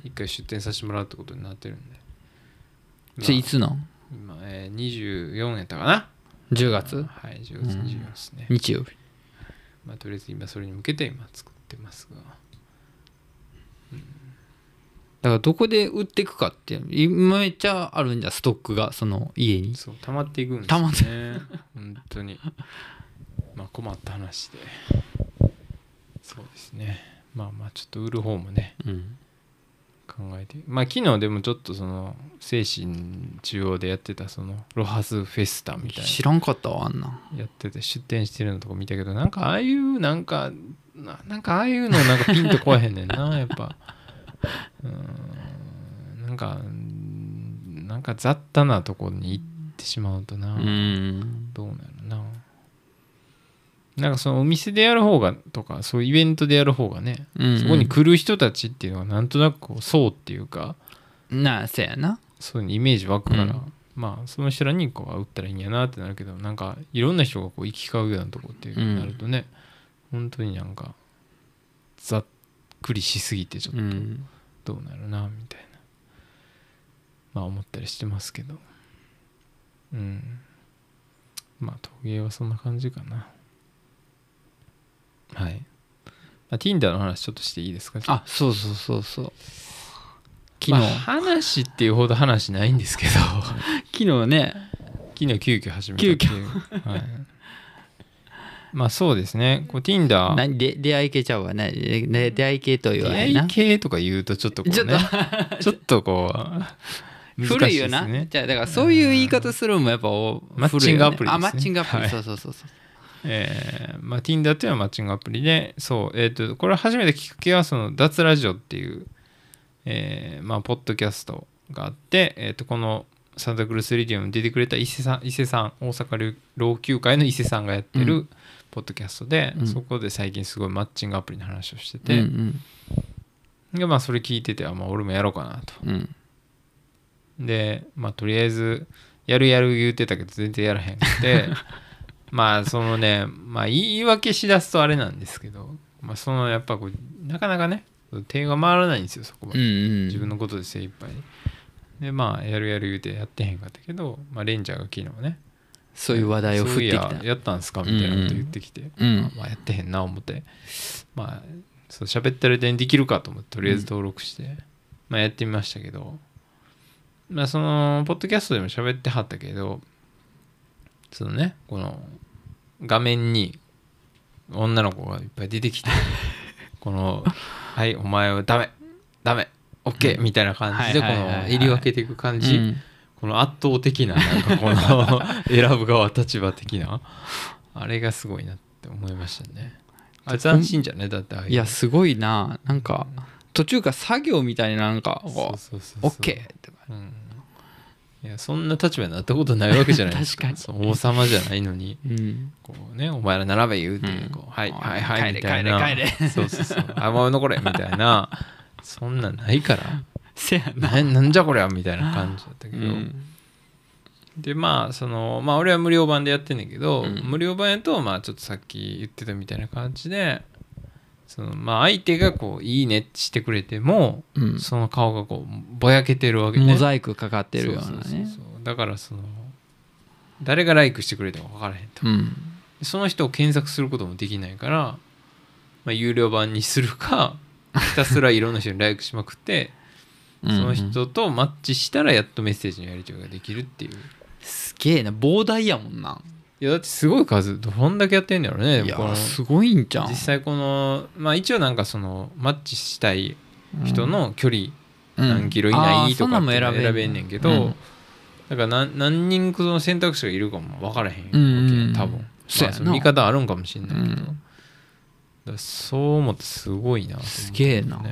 一回出展させてもらうってことになってるんで、 まあ、それいつなん今、えー、にじゅうよんやったかな、 じゅうがつ、 はい、じゅうがつにじゅうよんですね、 うん、日曜日、 まあとりあえず今それに向けて今作ってますが、 うん、だからどこで売っていくかって今めっちゃあるんじゃストックがその家にそう溜まっていくんですよね、溜まって本当にまあ困った話で、そうですね、まあまあちょっと売る方もね、うん、考えて、まあ昨日でもちょっとその精神中央でやってたそのロハスフェスタみたいな、 知らんかったわあんなやってて出店してるのとか見たけど、なんかああいうなんかななんかああいうのなんかピンとこえへんねんなやっぱうーんなんかなんか雑多なとこに行ってしまうとな、うんどうなるな、なんかそのお店でやる方がとかそういうイベントでやる方がね、うんうん、そこに来る人たちっていうのはなんとなくこう層っていうかなあそうやな、 そういうイメージ湧くから、うん、まあその人らにこう売ったらいいんやなってなるけど、なんかいろんな人がこう行き交うようなとこってなるとね、うん、本当になんかざっくりしすぎてちょっとどうなるなみたいな、まあ思ったりしてますけど、うんまあ陶芸はそんな感じかな。はい、まあ、Tinder の話ちょっとしていいですか。 あ、そうそうそうそう、 昨日、まあ、話っていうほど話ないんですけど昨日ね昨日急遽始めたっていう、はい、まあそうですね、こう Tinder 何で出会い系ちゃうわね、で出会い系と言わないな、 出会い系とか言うとちょっとこうねちょっとこう古いよな、じゃあだからそういう言い方するのもやっぱマッチングアプリですね、 あマッチングアプリ、 はい、 そうそうそうそう、 えーまあ、Tinder っていうのはマッチングアプリで、そう、えーと、これ初めてきっかけはその脱ラジオっていう、えーまあ、ポッドキャストがあって、えーと、このサンタクルースレディオに出てくれた伊勢さん、伊勢さん、大阪老朽会の伊勢さんがやってるポッドキャストで、うん、そこで最近すごいマッチングアプリの話をしてて、うんうん、でまあそれ聞いてて、あ、まあ、俺もやろうかなと、うん、でまあとりあえずやるやる言うてたけど全然やらへんくてまあそのね、まあ言い訳しだすとあれなんですけど、まあそのやっぱこうなかなかね手が回らないんですよ、そこまで、うんうん、自分のことで精一杯で、まあやるやる言うてやってへんかったけど、まあ、レンジャーが昨日ねそういう話題を振ってきた、 そういややったんすかみたいなこと言ってきて、うんうん、まあ、まあやってへんな思って、まあそう喋ってる間にできるかと思ってとりあえず登録して、うん、まあやってみましたけど、まあそのポッドキャストでも喋ってはったけど、そのねこの画面に女の子がいっぱい出てきてこのはいお前はダメダメオッケーみたいな感じでこの入り分けていく感じ、この圧倒的ななんかこの選ぶ側立場的なあれがすごいなって思いましたね。あれ斬新じゃね、だってああいう、 いやすごいな、なんか途中から作業みたいななんかオッケーとか、 いやそんな立場になったことないわけじゃないですか。確かに王様じゃないのに、うん、こうねお前ら並べ言うて、こう、うん、はいはいはいみたいな、 帰れ帰れそうそうそうあもう残れみたいなそんなんないからせやなな, なんじゃこりゃみたいな感じだったけど、うん、でまあそのまあ俺は無料版でやってんねんけど、うん、無料版やとまあちょっとさっき言ってたみたいな感じで、そのまあ相手がこういいねしてくれても、うん、その顔がこうぼやけてるわけね、 モザイクかかってるようなね、そうそうそうそうだからその誰がライクしてくれても分からへんと、うん、その人を検索することもできないから、まあ、有料版にするかひたすらいろんな人にライクしまくってその人とマッチしたらやっとメッセージのやり取りができるっていう、 すげえな、膨大やもんな。 いやだってすごい数どんだけやってんだろうね。 いやすごいんじゃん。 実際このまあ一応なんかそのマッチしたい人の距離何キロ以内とかって選べんねんけど、うん、だから 何, 何人その選択肢がいるかも分からへんわけ、うん、多分、まあ、その見方あるんかもしれないけど、うん、だそう思ってすごいなと思って、ね、 すげえな。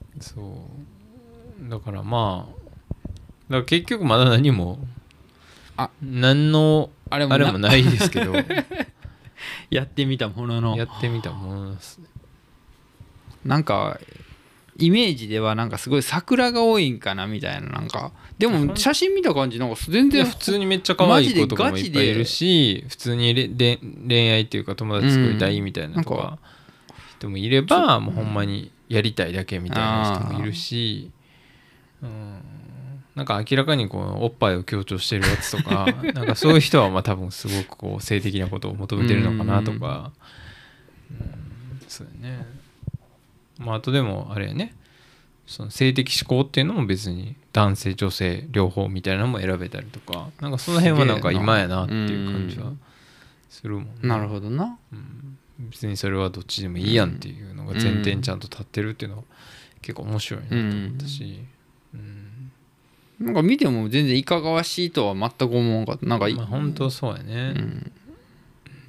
そうだからまあだから結局まだ何もあ何のあれもないですけどやってみたもののやってみたものですね。 なんかイメージではなんかすごい桜が多いんかなみたいな。なんかでも写真見た感じなんか全然普通にめっちゃ可愛い子とかもいっぱいいるし、普通に恋愛っていうか友達作りたいみたいなとか人もいれば、もうほんまにやりたいだけみたいな人もいるし、うん、なんか明らかにこうおっぱいを強調してるやつとかなんかそういう人はまあ多分すごくこう性的なことを求めてるのかなとか、うん、そうだね。まああとでもあれやね、その性的指向っていうのも別に男性女性両方みたいなのも選べたりとか、なんかその辺はなんか今やなっていう感じはするもんね。 なるほどな、 うん、別にそれはどっちでもいいやんっていうのが前提にちゃんと立ってるっていうのは結構面白いなと思ったし、うんうん、 なんか見ても全然いかがわしいとは全く思わんかった。なんか、 まあ、本当そうやね、うんうん、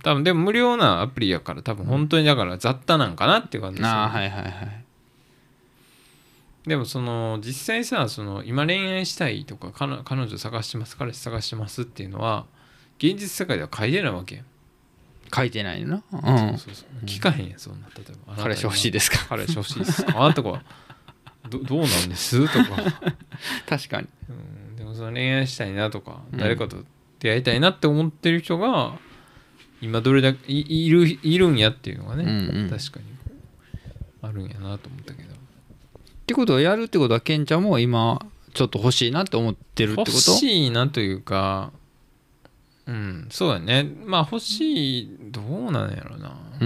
多分でも無料なアプリやから多分本当にだから雑多なんかなっていう感じですよね。 あ、はいはいはい。 でもその実際さ、その今恋愛したいとか彼彼女探してます彼氏探してますっていうのは現実世界では書いてないわけやん。 書いてないな、うん、 そうそうそう、聞かへんやんそんな。例えば彼氏欲しいですか彼氏欲しいですかとか ど, どうなんですとか確かに、 うん、でもその恋愛したいなとか、うん、誰かと出会いたいなって思ってる人が今どれだけ い, い, るいるんやっていうのがね、うんうん、確かにあるんやなと思ったけど。 ってことはやるってことはケンちゃんも今ちょっと欲しいなって思ってるってこと？ 欲しいなというか、うん、そうだね。まあ欲しい、どうなんやろな。うん、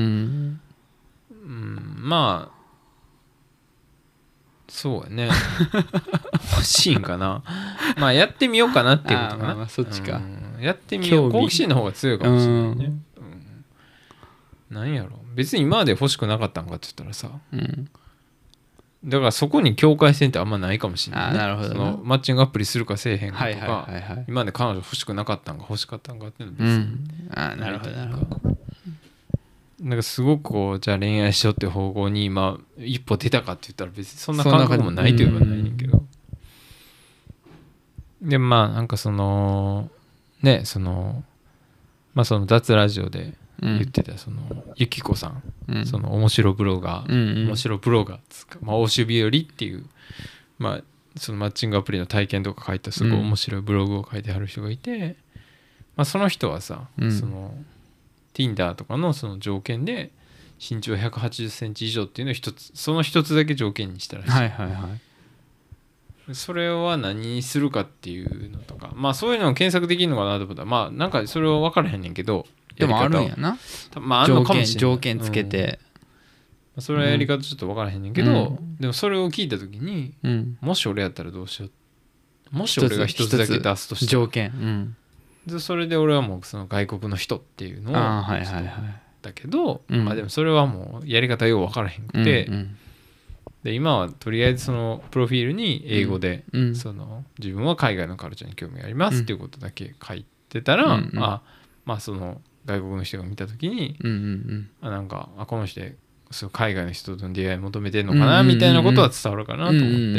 うん、まあそうやね。欲しいんかな。まあやってみようかなっていうことかな。 ああまあそっちか、 うん、やってみよう。好奇心の方が強いかもしれないね。うん、なんやろ。別に今まで欲しくなかったんかって言ったらさ。うん、だからそこに境界線ってあんまないかもしれないね。 あ、なるほどな。 そのマッチングアプリするかせえへんかとか、はいはいはいはい、今まで彼女欲しくなかったんか欲しかったんかっていうのは別に、うん、 あ、なるほどなるほど。 なんかすごくこうじゃあ恋愛しようって方向に今一歩出たかって言ったら別にそんな感覚もないといえばないねんけど、でまあなんかそのねそのまあその脱ラジオで言ってたそのゆきこさん、うん、その面白ブロガー、うんうん、面白ブロガーつか、まあ、欧州日和っていうまあそのマッチングアプリの体験とか書いたすごい面白いブログを書いてはる人がいて、まあ、その人はさ、うん、そのTinder とかのその条件で身長ひゃくはちじゅっセンチ以上っていうのを一つその一つだけ条件にしたらしい、 はいはいはい、 それは何にするかっていうのとか、まあそういうのを検索できるのかなと思ったらまあなんかそれは分からへんねんけど、 でもあるんやな、 まあ、あんのかもしれない条件つけて、 うん、それはやり方ちょっと分からへんねんけど、うん、でもそれを聞いた時に、うん、もし俺やったらどうしよう、もし俺が一つだけ出すとしたら条件、うんでそれで俺はもうその外国の人っていうのをだけど、まあでもそれはもうやり方よう分からへんくて、うんうん、で今はとりあえずそのプロフィールに英語で、うん、その自分は海外のカルチャーに興味がありますっていうことだけ書いてたら、うんうん、あまあその外国の人が見た時に、うんうんうん、あなんかあこの人でその海外の人との出会い求めてんのかなみたいなことは伝わるかなと思って、うんうんうん、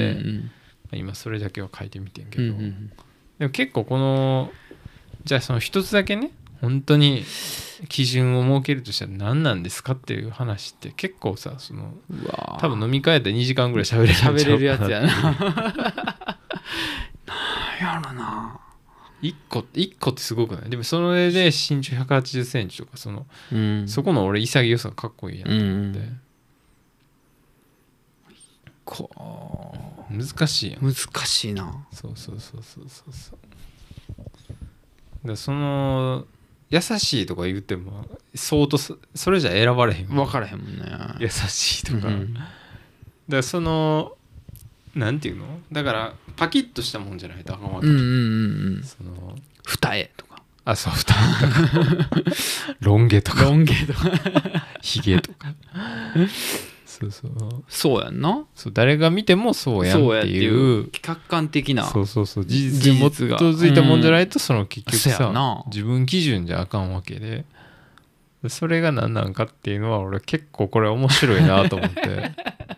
今それだけは書いてみてんけど、うんうん、でも結構このじゃあその一つだけね本当に基準を設けるとしたら何なんですかっていう話って結構さそのうわ多分飲み会でにじかんぐらい喋れる喋れるやつやななんやろないっこいっこってすごくない？でもそれで身長ひゃくはちじゅっセンチとかその、うん、そこの俺潔さがかっこいいやんと思って、うんうん、こう難しいやん。 難しいな。 そうそうそうそうそうそうだその優しいとか言っても相当それじゃ選ばれへん分からへんもんね優しいとか、うん、だからそのなんていうのだからパキッとしたもんじゃないとあかんわけ、うんうんうん、その二重とかあそう二重とかロン毛とかロン毛とかヒゲとかそうそうそうやんなそう誰が見てもそうやんっていう客観的なそうそうそう事実に基づいたもんじゃないと、うん、その結局さ自分基準じゃあかんわけでそれが何なんかっていうのは俺結構これ面白いなと思って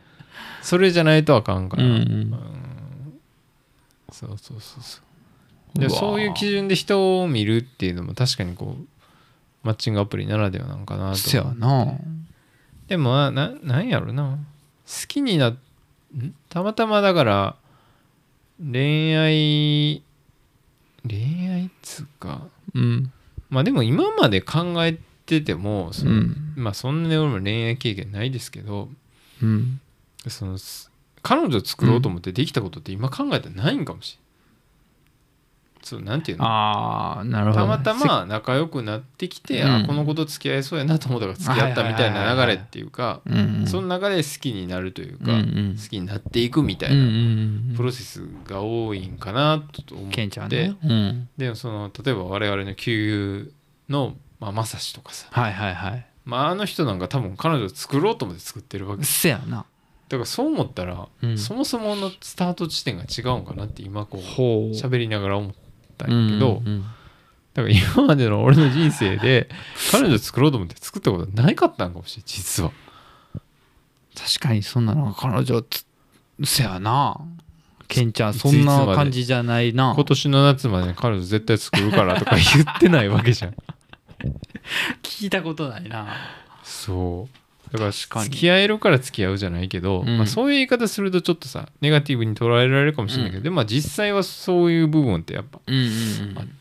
それじゃないとあかんから、うんうん、そうそうそうそうでそういう基準で人を見るっていうのも確かにこうマッチングアプリならではなのかなと思って。 そうやな。 でもななんやろな、好きになったまたまだから恋愛恋愛っつうか、 うん、 まあでも今まで考えててもその、うん、まあそんなに俺も恋愛経験ないですけど、 うん、 その彼女作ろうと思ってできたことって今考えたらないんかもしれない。そうなんていうの、 あーなるほど、 たまたま仲良くなってきて、うん、あこの子と付き合いそうやなと思ったから付き合ったみたいな流れっていうか、その流れで好きになるというか、うんうん、好きになっていくみたいなプロセスが多いんかなと思って、ねうん、でもその例えば我々の旧友の、まあ、まさしとかさ、 はいはいはい、 まあ、あの人なんか多分彼女を作ろうと思って作ってるわけです。 せやな。 だからそう思ったら、うん、そもそものスタート地点が違うんかなって今こう喋りながら思ってたんやけど、うんうんうん、だから今までの俺の人生で彼女作ろうと思って作ったことなかったんかもしれない実は。 確かにそんなの彼女つせやな。ケンちゃんそんな感じじゃないな。 今年の夏まで彼女絶対作るからとか言ってないわけじゃん聞いたことないな。 そうだから付き合えるから付き合うじゃないけど、うんまあ、そういう言い方するとちょっとさネガティブに捉えられるかもしれないけど、うん、でもまあ実際はそういう部分ってやっぱあって、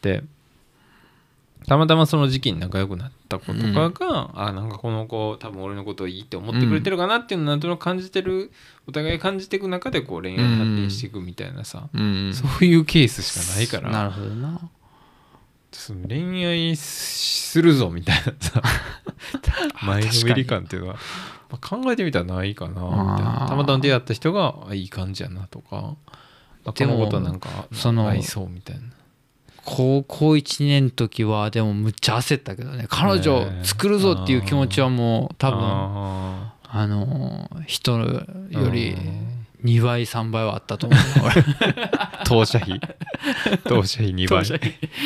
うんうんうん、たまたまその時期に仲良くなった子とかが、うん、あなんかこの子多分俺のことをいいって思ってくれてるかなっていうのをなんとなく感じてる、お互い感じていく中でこう恋愛に発展していくみたいなさ、うんうん、そういうケースしかないから、 なるほどな。 その恋愛するぞみたいなさ前のめり感っていうのは、まあ、考えてみたらないかなみたいな。たまたま出会った人がいい感じやなとか、まあ、このことなんか合いそうみたいな。 高校いちねんの時はでもむっちゃ焦ったけどね。彼女作るぞっていう気持ちはもう多分あの人よりにばいさんばいはあったと思う俺当社費当社費にばいいや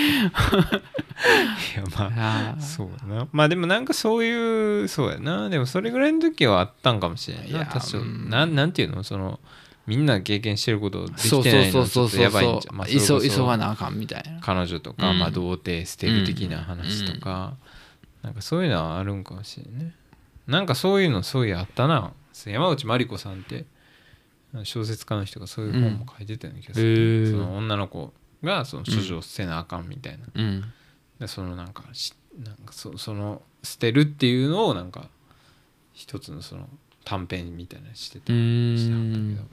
まあそうな。まあでもなんかそういうそうやな。でもそれぐらいの時はあったんかもしれないな。多少な、なんていうの、そのみんな経験してることできてないのちょっとやばいんじゃん。まあ急がなあかんみたいな。 彼女とか、うん、まあ童貞捨てる的な話とか、うん、なんかそういうのはあるんかもしれないね。なんかそういうのそういうあったな。山内まりこさんって小説家の人がそういう本も書いてたような気がする、うん、その女の子がその処女を捨てなあかんみたいな、うん、でそのなんかなんか そ, その捨てるっていうのをなんか一つのその短編みたいなのしてたしてはったけど、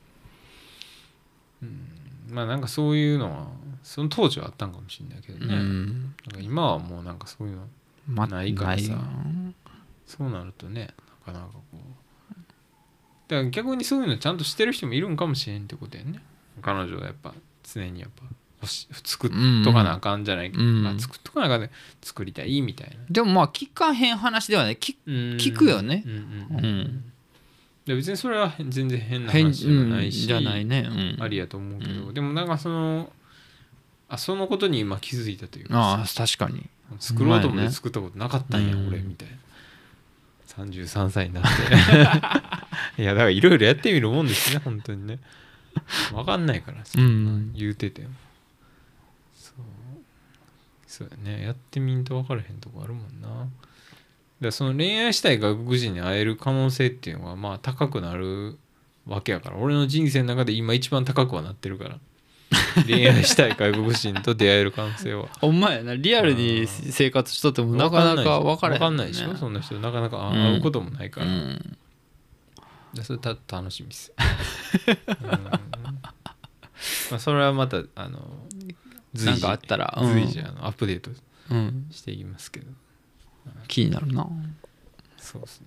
うん、まあなんかそういうのはその当時はあったんかもしれないけどね、うん、なんか今はもうなんかそういうのないからさ、そうなるとねなかなかこうだから逆にそういうのちゃんとしてる人もいるんかもしれんってことやね。彼女はやっぱ常にやっぱ作っとかなあかんじゃないけど、うんまあ、作っとかなあかんで作りたいみたいな。 でもまあ聞かへん話ではね、聞, 聞くよね。うんうんうんうん、 で別にそれは全然変な話ではないし、 うん、じゃないね、 うん、ありやと思うけど、うん、でもなんかそのあそのことに今気づいたというか、 ああ確かに作ろうと思って作ったことなかったんや、ね、俺みたいな。さんじゅうさんさいになっていやだからいろいろやってみるもんですね本当にね。分かんないからそんな言うてても、うん、そうそうやね、やってみんと分からへんとこあるもんな。だからその恋愛したい外国人に会える可能性っていうのはまあ高くなるわけやから、俺の人生の中で今一番高くはなってるから恋愛したい外国人と出会える可能性はほんまやな。リアルに生活しとってもなかなか分からへん、ね、 分かんないでしょそんな人なかなか会うこともないから、うん、それた楽しみっす、うんまあ、それはまたあの随時なんかあったら、 うん、随時あのアップデートしていきますけど、 うん、気になるな。 そうですね、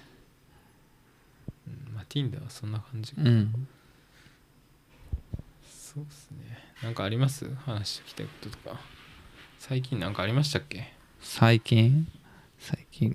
うん、まあ Tinder はそんな感じか、 うんそうですね。なんかあります？話してきたこととか。最近なんかありましたっけ？ 最近最近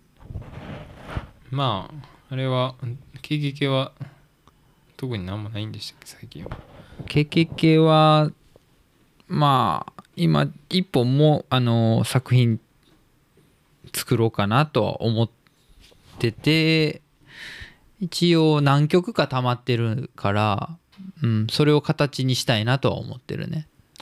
まああれは ケーケーケー は特になんもないんでしたっけ最近は。 ケーケーケー はまあ今一本もあの作品作ろうかなとは思ってて、一応何曲か溜まってるから。うん、それを形にしたいなとは思ってるね。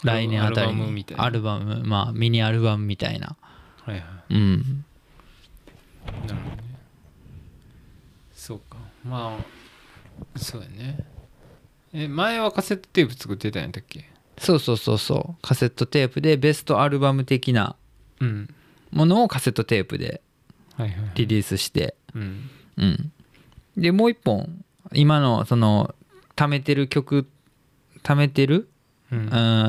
来年あたりにアルバムみたいなアルバムまあミニアルバムみたいなはいはいうんなるほどねそうかまあそうやねえ前はカセットテープ作ってたんやったっけそうそうそうそうカセットテープでベストアルバム的なものをカセットテープでリリースして、 うんうん、でもう一本今のその貯めてる曲貯めてる、うん、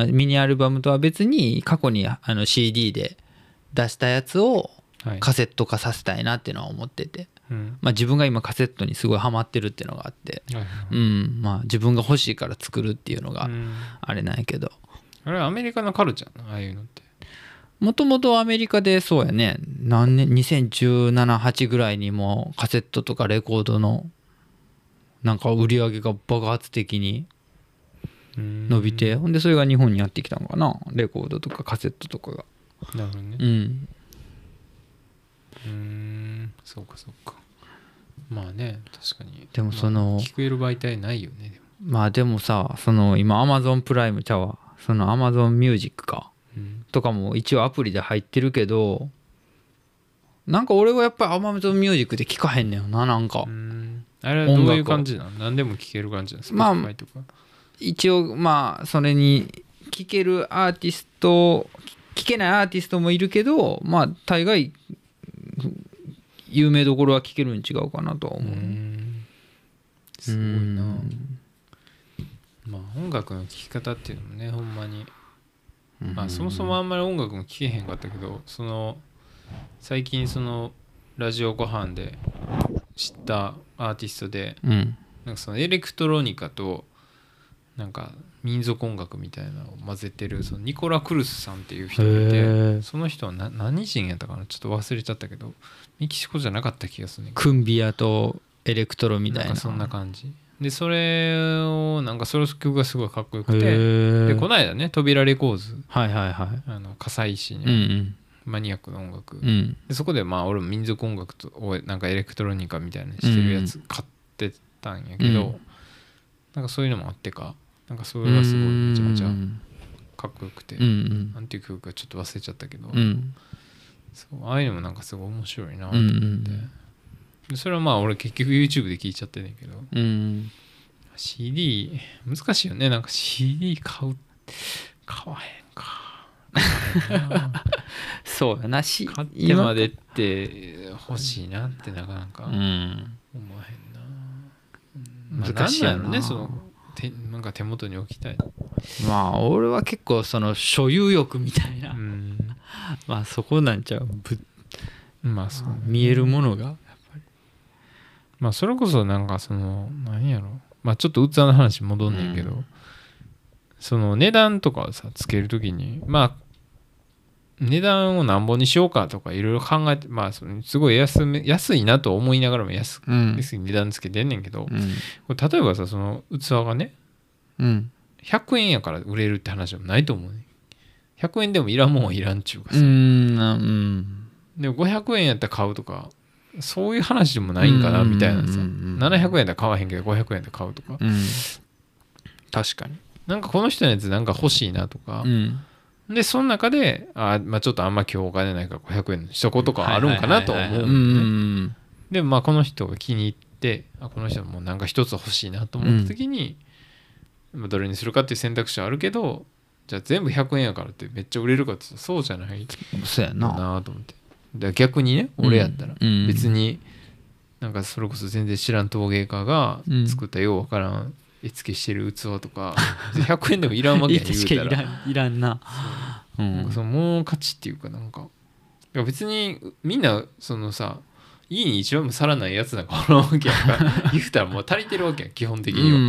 ミニアルバムとは別に過去にあの シーディー で出したやつをカセット化させたいなっていうのは思ってて、うんまあ、自分が今カセットにすごいハマってるっていうのがあって、うんまあ、自分が欲しいから作るっていうのがあれなんやけど、 あれはアメリカのカルチャーなああいうのってもともとアメリカでそうやね何年にせんじゅうなな、はちぐらいにもカセットとかレコードのなんか売り上げが爆発的に伸びてほんでそれが日本にやってきたのかなレコードとかカセットとかがなるほどねうんうーんそうかそうかまあね確かにでもその、 まあ、聞ける媒体ないよねでもまあでもさその今 Amazon プライムちゃうわその Amazon ミュージックか、うん、とかも一応アプリで入ってるけどなんか俺はやっぱり Amazon ミュージックで聞かへんねんななんかうんあれはどういう感じなの何でも聞ける感じなんですか、 まあ、一応まあそれに聴けるアーティスト聴けないアーティストもいるけどまあ大概有名どころは聴けるに違うかなとは思う。うんすごいな。まあ音楽の聴き方っていうのもねほんまにまあそもそもあんまり音楽も聴けへんかったけどその最近そのラジオご飯で知ったアーティストで、うん、なんかそのエレクトロニカとなんか民族音楽みたいなのを混ぜてるそのニコラ・クルスさんっていう人がいてその人はな何人やったかなちょっと忘れちゃったけどメキシコじゃなかった気がするねクンビアとエレクトロみたいななんかそんな感じでそれをなんかその曲がすごいかっこよくてでこの間ね扉レコーズはいはいはいあの葛西市に、 うんうんマニアックな音楽、 うん、 でそこでまあ俺も民族音楽となんかエレクトロニカみたいなしてるやつ買ってたんやけど、うん、なんかそういうのもあってかなんかそれがすごいめちゃめちゃかっこよくて、 うんうん、 なんていう曲かちょっと忘れちゃったけど、 うん、 そうああいうのもなんかすごい面白いなと思って、うんうん、でそれはまあ俺結局 YouTube で聴いちゃってんねんけど、 うん、 シーディー 難しいよねなんか シーディー 買う買わへんかそうやなし買ってまでって欲しいなってなかなか思わへんな、 うんまあ、難しいやろねその手なんか手元に置きたいまあ俺は結構その所有欲みたいな、うん、まあそこなんちゃうぶまあそう、ね、 見えるものがやっぱりまあそれこそなんかその何やろまあちょっと器の話戻んねんけど、うん、その値段とかをさつけるときにまあ値段を何本にしようかとかいろいろ考えてまあそのすごい 安, め安いなと思いながらも 安,、うん、安い値段つけてんねんけど、うん、これ例えばさその器がね、 うん、 ひゃくえんやから売れるって話でもないと思うねひゃくえんでもいらんもんはいらんっちゅうかさ、 うんうん、 でもごひゃくえんやったら買うとかそういう話でもないんかなみたいなさ、うんうん、ななひゃくえんやったら買わへんけどごひゃくえんで買うとか、 うん、確かになんかこの人のやつなんか欲しいなとか、 うんでその中であ、まあ、ちょっとあんま今日お金ないからごひゃくえんにしとことかあるんかなと思うでもまあこの人が気に入ってあこの人もなんか一つ欲しいなと思った時に、うん、どれにするかっていう選択肢はあるけどじゃあ全部ひゃくえんやからってめっちゃ売れるかってそうじゃないそうやななと思ってだ逆にね俺やったら別になんかそれこそ全然知らん陶芸家が作ったようわからん絵付けしてる器とかひゃくえんでもいらんわけや言うたらいらんいらんな、 うん、なんかそのもう価値っていうかなんか別にみんなそのさ家に一番も皿ないやつなんかおらんわけやんか言うたらもう足りてるわけやん基本的には、うん、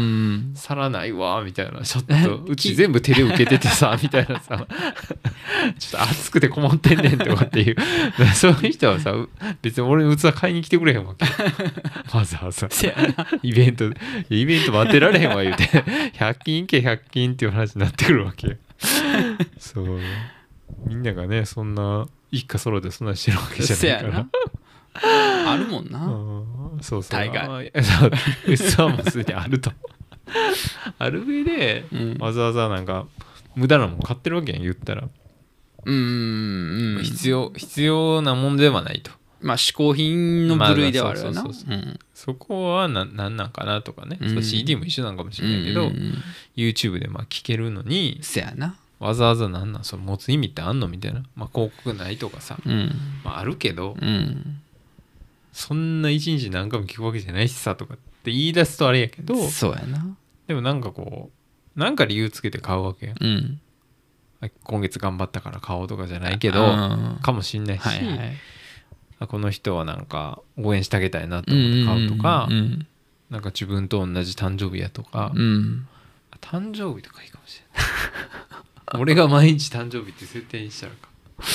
皿ないわみたいなちょっとうち全部手で受けててさみたいなさちょっと熱くてこもってんねんとかっていうそういう人はさ別に俺の器買いに来てくれへんわけわざわざイベントイベント待ってられへんわ言うてひゃく均いけひゃく均っていう話になってくるわけよそうみんながねそんな一家ソロでそんなしてるわけじゃないからあるもんなそうそう大概そうもすでにあるとある上で、うん、わざわざなんか無駄なもん買ってるわけやん言ったら。 うん、うん、 必要必要なもんではないと。 まあ嗜好品の部類ではあるよな。 そこは何なんかなとかね、うん、シーディー も一緒なんかもしれないけど、うんうんうん、YouTube でまあ聴けるのにせやなわざわざなんなんその持つ意味ってあんのみたいな、まあ、広告ないとかさ、うんまあ、あるけど、うん、そんな一日何回も聞くわけじゃないしさとかって言い出すとあれやけど、 そうやな。 でもなんかこうなんか理由つけて買うわけや、うん、今月頑張ったから買おうとかじゃないけど、かもしんないし、はいはい、この人はなんか応援してあげたいなと思って買うとか、うんうんうん、なんか自分と同じ誕生日やとか、うん、誕生日とかいいかもしれない俺が毎日誕生日って設定にしたらか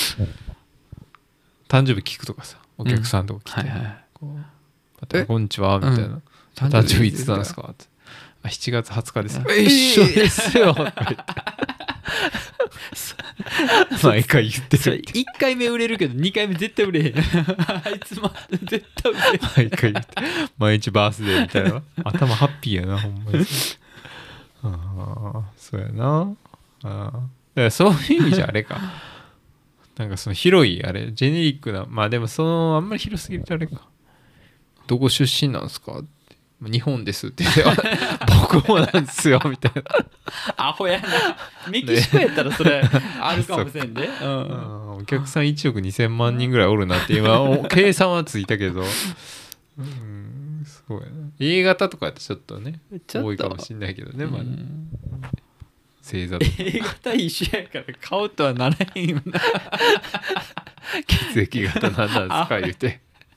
誕生日聞くとかさお客さんとか来て、うんはいはい、こうまたこんにちはみたいな、うん、誕生日いつなんですかってあしちがつはつかです、うん、一緒ですよ毎回言ってるいっかいめ売れるけどにかいめ絶対売れへんあいつも絶対売れへん毎回言って毎日バースデーみたいな頭ハッピーやなほんまにああそうやなあだからそういう意味じゃあれかなんかその広いあれジェネリックなまあでもそのあんまり広すぎるとあれかどこ出身なんですかって日本ですって言って僕もなんですよみたいなアホやなメキシコやったらそれあるかもしれんで、うん、 お客さんいちおくにせんまんにんぐらいおるなって今計算はついたけどうんそうやな A 型とかやってちょっとね多いかもしれないけどねまだ、うん星座と A 型一緒やから顔とはならへんよな血液型なんなんですか言うて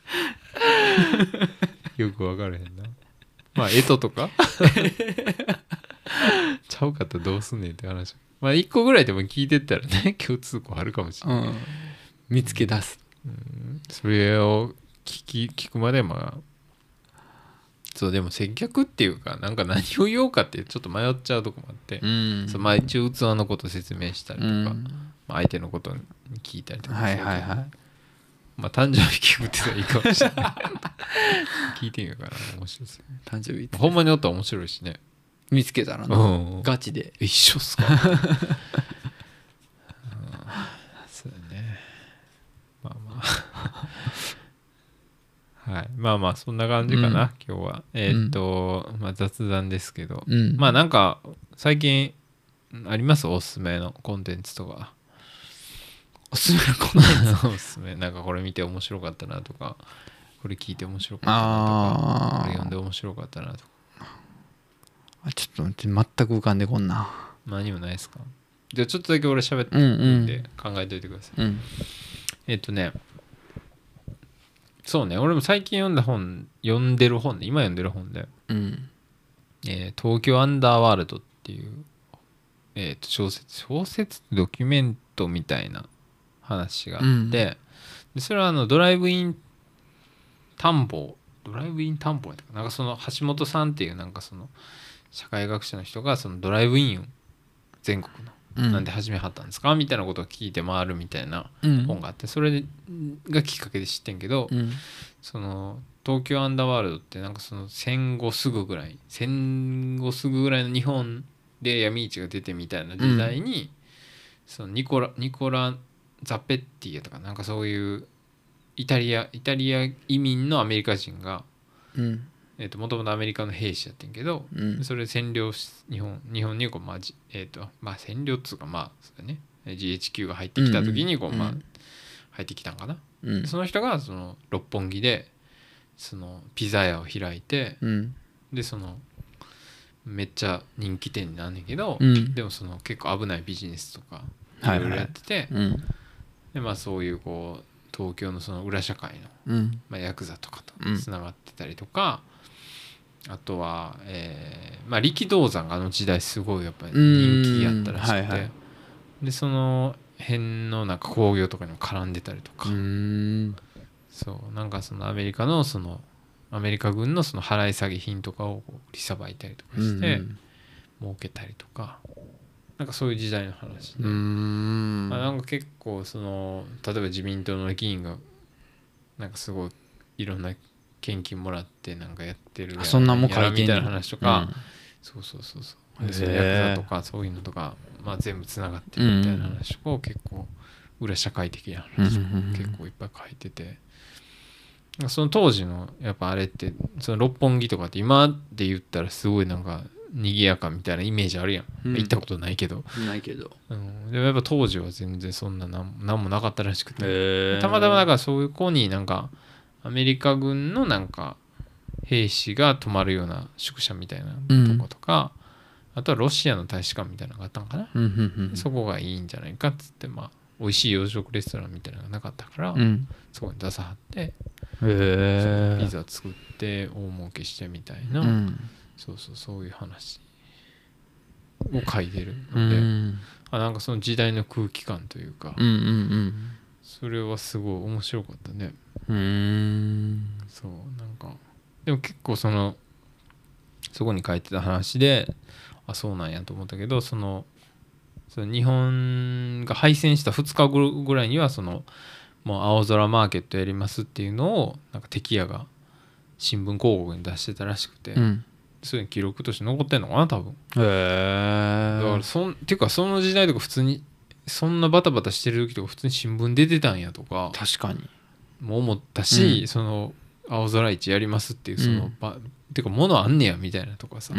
よく分からへんなまあ干支とかちゃうかったらどうすんねんって話まあいっこぐらいでも聞いてったらね共通項あるかもしれない、うん、 見つけ出す、 うん、それを聞き聞くまでまあそうでも接客っていうかなんか何を言おうかってちょっと迷っちゃうとこもあって、うん、そうまあ一応器のこと説明したりとか、うんまあ、相手のことに聞いたりとかはいはいはいまあ誕生日聞くってのはいいかもしれない聞いてみようかな面白いですね誕生日ほんまにおったら面白いしね見つけたらな、うん、ガチで一緒っすかそうだねまあまあはい、まあまあそんな感じかな、うん、今日はえー、っと、うんまあ、雑談ですけど、うん、まあなんか最近ありますおすすめのコンテンツとかおすすめのコンテンツおすすめなんかこれ見て面白かったなとかこれ聞いて面白かったなとかこれ読んで面白かったなとかあちょっと待って全く浮かんでこんな何もないですかじゃあちょっとだけ俺喋ってるんで考えといてください、うんうん、えー、っとねそうね俺も最近読んだ本読んでる本で今読んでる本で、うんえー、東京アンダーワールドっていう、えー、と小説小説ドキュメントみたいな話があって、うん、でそれはあのドライブイン探訪ドライブイン探訪やったかなんかその橋本さんっていうなんかその社会学者の人がそのドライブインを全国のなんで始めはったんですかみたいなことを聞いて回るみたいな本があってそれがきっかけで知ってんけど、うん、その東京アンダーワールドってなんかその戦後すぐぐらい戦後すぐぐらいの日本で闇市が出てみたいな時代に、うん、そのニコラニコラザペッティとかなんかそういうイタリアイタリア移民のアメリカ人が、うんえー、ともともとアメリカの兵士やってんけど、うん、それで占領し日本日本にこう、まあえーとまあ、占領っつうかまあそうだね ジーエイチキュー が入ってきた時にこう、まあ、入ってきたんかな、うん、その人がその六本木でそのピザ屋を開いて、うん、でそのめっちゃ人気店になんねんけど、うん、でもその結構危ないビジネスとかいろいろやってて、はいはいうんでまあ、そういうこう東京のその裏社会の、うんまあ、ヤクザとかとつながってたりとか、うん、あとは、えーまあ、力道山があの時代すごいやっぱり人気やったらしくて、はいはい、でその辺のなんか工業とかにも絡んでたりとかうんそうなんかそのアメリカのそのアメリカ軍のその払い下げ品とかを売りさばいたりとかして儲けたりとかなんかそういう時代の話で、うんまあ、なんか結構その例えば自民党の議員がなんかすごいいろんな献金もらってなんかやってるそんなもん書いてんのみたいな話とか、うん、そうそうそうそうでそのヤクザとかそういうのとかまあ、全部つながってるみたいな話を結構裏社会的な話を結構いっぱい書いてて、その当時のやっぱあれってその六本木とかって今で言ったらすごいなんか賑やかみたいなイメージあるやん、うん、行ったことないけどないけど、 うん、でもやっぱ当時は全然そんな何も、もなかったらしくて、たまたまだからそういう子になんかアメリカ軍のなんか兵士が泊まるような宿舎みたいなとことか、うん、あとはロシアの大使館みたいなのがあったのかな、 うんうんうん、 そこがいいんじゃないかっつって、まあ美味しい洋食レストランみたいなのがなかったから、うん、そこに出さはって、 へピザ作って大儲けしてみたいな、うん、そうそうそういう話を書いてるので、うん、あなんかその時代の空気感というか、 うんうんうん、 それはすごい面白かったね。 うーんそうなんかでも結構そのそこに書いてた話であそうなんやと思ったけど、そのその日本が敗戦したふつかごぐらいにはそのもう青空マーケットやりますっていうのをなんか敵屋が新聞広告に出してたらしくて、うん、そういう記録として残ってんのかな多分。 へえ。 だからそんっていうかその時代とか普通にそんなバタバタしてる時とか普通に新聞出てたんやとか確かにも思ったし、うん、その青空市やりますっていうその、うん、ばてか物あんねやみたいなとかさ、 うん、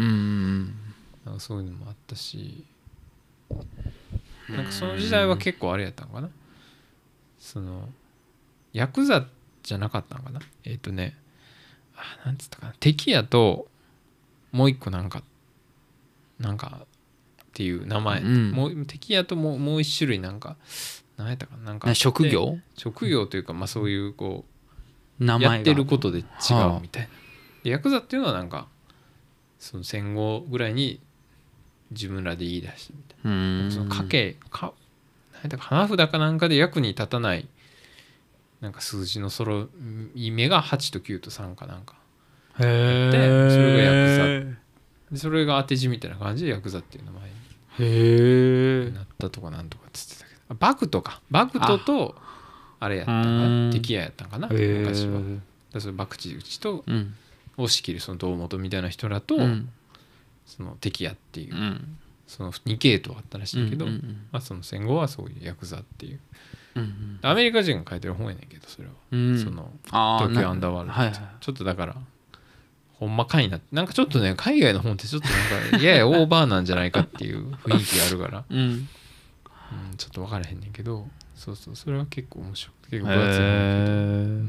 なんかそういうのもあったし、なんかその時代は結構あれやったのかな、そのヤクザじゃなかったのかな、えっ、ー、とねあなんつったかな、敵屋ともう一個なんかなんかっていう名前、うん、もう敵屋ともうもう一種類なんか何やったかな、なんか職業職業というかまあそういうこう名前やってることで違うみたいな、でヤクザっていうのはなんかその戦後ぐらいに自分らで言い出してみたいな、その家計か何やったか花札かなんかで役に立たないなんか数字の揃い目がはちときゅうとさんかなんかへでそれがヤクザでそれが当て字みたいな感じでヤクザっていう名前になったとかなんとかっつってたけど、バクトかバクトとあれやったんかな、敵屋やったんかな昔は。だそれバクチ打ちと、うん、を仕切るその堂本みたいな人らと、うん、その敵屋っていう、うん、そのに系統あったらしいけど、うんうんうんまあ、その戦後はそういうヤクザっていう、うんうん、アメリカ人が書いてる本やねんけどそれは、うん、その東京アンダーワールド、はいはい、ちょっとだからほんまかいななんかちょっとね海外の本ってちょっとなんかややオーバーなんじゃないかっていう雰囲気があるから、うんうん、ちょっと分からへんねんけど、そうそうそれは結構面白くて結構分厚い本だけど、うん、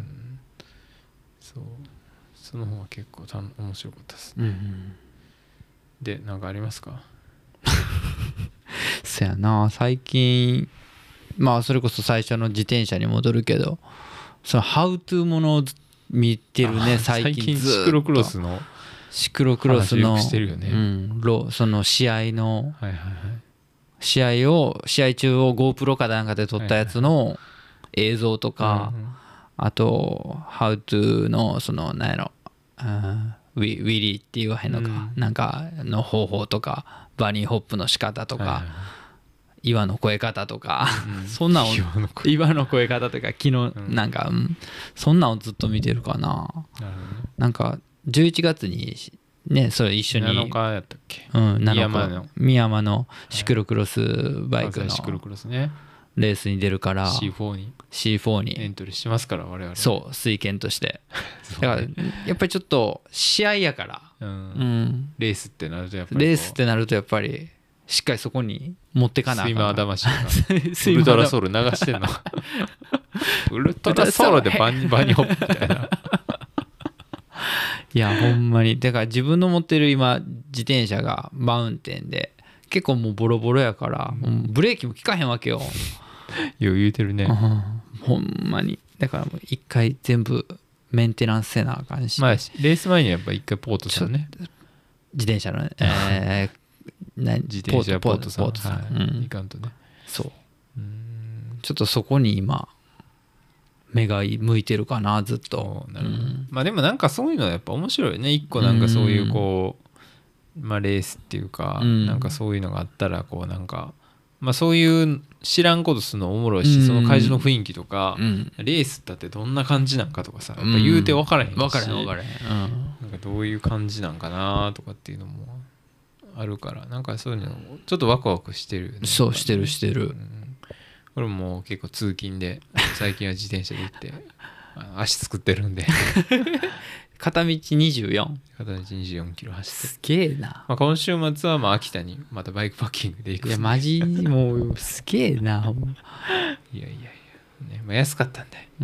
そうその本は結構た面白かったですね、うんうん、でなんかありますか？ そやな最近まあそれこそ最初の自転車に戻るけどそのハウトゥーものを見てるね最近ずっとシクロクロスのシクロクロスの話してるよね、うん、 その試合の、はいはいはい、試合を試合中を GoPro かなんかで撮ったやつの映像とか、はいはい、あとハウトゥーのその何やろウィ, ウィリーって言わへんのか、うん、なんかの方法とかバニーホップの仕方とか、はいはい、岩の越え方とか、うん、そんなんを岩の越え方とか昨日なんか、うん、そんなんをずっと見てるかな、なるほどね、なんかじゅういちがつにねそれ一緒になのかやったっけ、 うん、なのか三山のシクロクロスバイクのシクロクロスねレースに出るからシーフォー にシーフォー にエントリーしてますから我々 そう推薦としてだからやっぱりちょっと試合やから、うんうん、 レースってなるとやっぱりレースってなるとやっぱりしっかりそこに持ってかなあかんスイマー魂がウルトラソウル流してんのウルトラソウルでバニバニホップみたいないやほんまにだから自分の持ってる今自転車がマウンテンで結構もうボロボロやから、うん、ブレーキも効かへんわけよよう言うてるね、うん、 ほんまにだからもう一回全部メンテナンスせなあかんし、 まあレース前にはやっぱ一回ポートさんね自転車のね、えー、自転車ポートさんポートさん、はいうん、いかんとねそううーんちょっとそこに今目が向いてるかなずっとなるほど、うん、まあでもなんかそういうのはやっぱ面白いね一個なんかそういうこう、まあレースっていうか、うん、なんかそういうのがあったらこうなんかまあそういう知らんことするのおもろいし、うん、その会場の雰囲気とか、うん、レースだってどんな感じなんかとかさやっぱ言うて分からへんし、 分からへん分からへん、うん、 なんかどういう感じなんかなとかっていうのもあるからなんかそういうのちょっとワクワクしてるよね。 そうしてるしてる、うん、 俺も結構通勤で最近は自転車で行って足作ってるんで片道にじゅうよん片道にじゅうよんキロ走ってすげえな、 まあ、今週末はまあ秋田にまたバイクパッキングで行く。 いやマジもうすげえないやいやいや、ねまあ、安かったんで、 うん、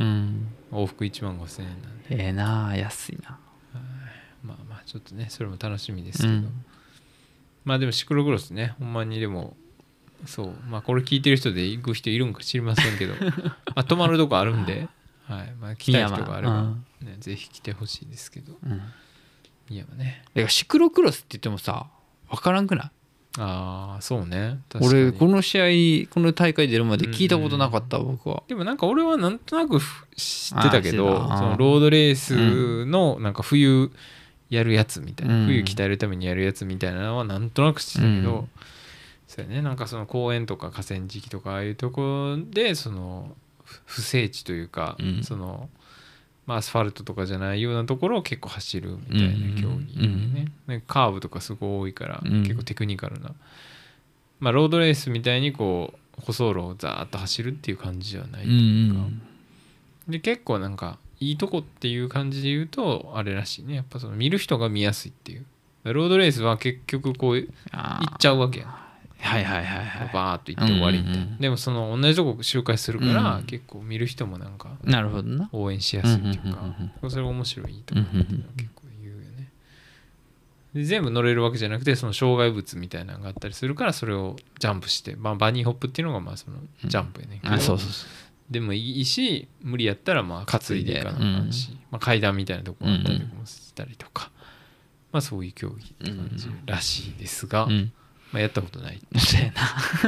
往復いちまんごせんえんなんでええな安いな。 まあまあちょっとねそれも楽しみですけど、うん、まあでもシクロクロスねほんまにでもそうまあこれ聞いてる人で行く人いるんか知りませんけどまあ泊まるとこあるんで、はいまあ、来たい人があれば、ね、ぜひ来てほしいですけど、うん、いやねだからシクロクロスって言ってもさ分からんくない？ ああそうね確かに俺この試合この大会出るまで聞いたことなかった、うん、僕は。 でもなんか俺はなんとなく知ってたけどそのロードレースのなんか冬やるやつみたいな、うん、冬鍛えるためにやるやつみたいなのはなんとなく知ってたけど、うん、そうやねなんかその公園とか河川敷とかああいうところでその不整地というか、うん、そのまあアスファルトとかじゃないようなところを結構走るみたいな競技ね、うん、カーブとかすごい多いから、うん、結構テクニカルなまあロードレースみたいにこう舗装路をザーッと走るっていう感じじゃないというか、うん、で結構なんかいいとこっていう感じで言うとあれらしいねやっぱその見る人が見やすいっていうロードレースは結局こう行っちゃうわけやん。 はいはいはいはいバーっと行って終わりみたいな、うんうんうん、でもその同じとこ周回するから、うん、結構見る人もなんかなるほどな応援しやすいっていうか、うんうんうん、それが面白いとかっていうのは結構言うよね。で全部乗れるわけじゃなくてその障害物みたいなのがあったりするからそれをジャンプして、まあ、バニーホップっていうのがまあそのジャンプやね、 うん、あそうそうそうでもいいし無理やったらまあ担いでいかなあかんし、うんまあ、階段みたいなとこがあったりとかもしたりとか、うんうん、まあそういう競技って感じらしいですが、うんまあ、やったことないそうや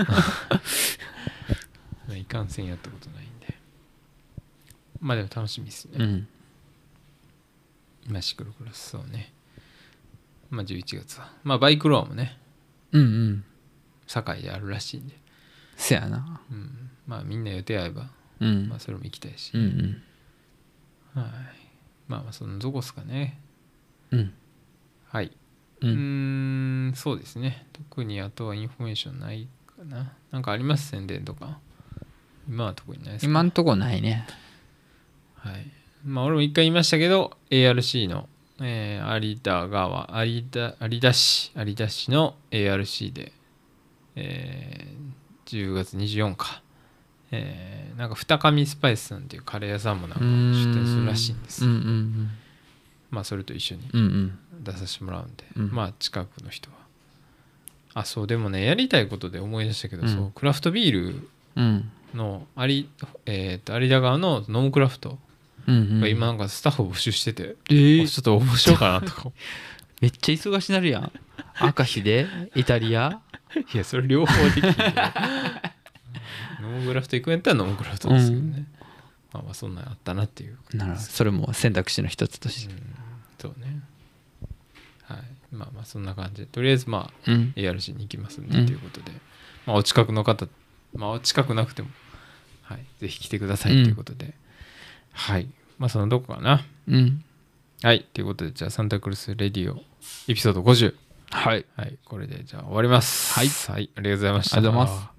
ないかんせんやったことないんでまあでも楽しみですね、うん、まあシクロクロスそうねまあじゅういちがつはまあバイクロアもねうんうん堺であるらしいんでそやな、 うん、まあみんな予定合えば、うん、まあそれも行きたいし、 うんうん、 はいまあまあそのどこっすかねうんはいうん、うーんそうですね特にあとはインフォメーションないかななんかあります宣伝とか今は特にないですか。 今んとこないねはいまあ俺も一回言いましたけど エーアールシー の、えー、有田川有田有田市有田市の エーアールシー で、えー、じゅうがつにじゅうよっかえー、なんか二上スパイスさんっていうカレー屋さんもなんか出店するらしいんです、 うんうんうん、 まあそれと一緒に出させてもらうんで、 うんうん、 まあ近くの人はあそうでもねやりたいことで思い出したけど、うん、そうクラフトビールの有、えー、と有田川のノムクラフトが今なんかスタッフを募集してて、 えー、 ちょっと面白いかなとかめっちゃ忙しなるやん明石でイタリアいやそれ両方できるノムクラフト行くんやったらノムクラフトですよね、うん、まあまあそんなんあったなっていうならそれも選択肢の一つとして、うん、 そうねはいまあまあそんな感じでとりあえずまあ、うん、エーアールシー に行きますんで、うん、ということで、まあ、お近くの方まあお近くなくても、はい、ぜひ来てくださいということで、うん、はいまあそのどこかな、 うん、 はいということでじゃあサンタクルスレディオエピソードごじゅうはい、 はい、これでじゃあ終わりますはい、 はい、ありがとうございました。 ありがとうございます。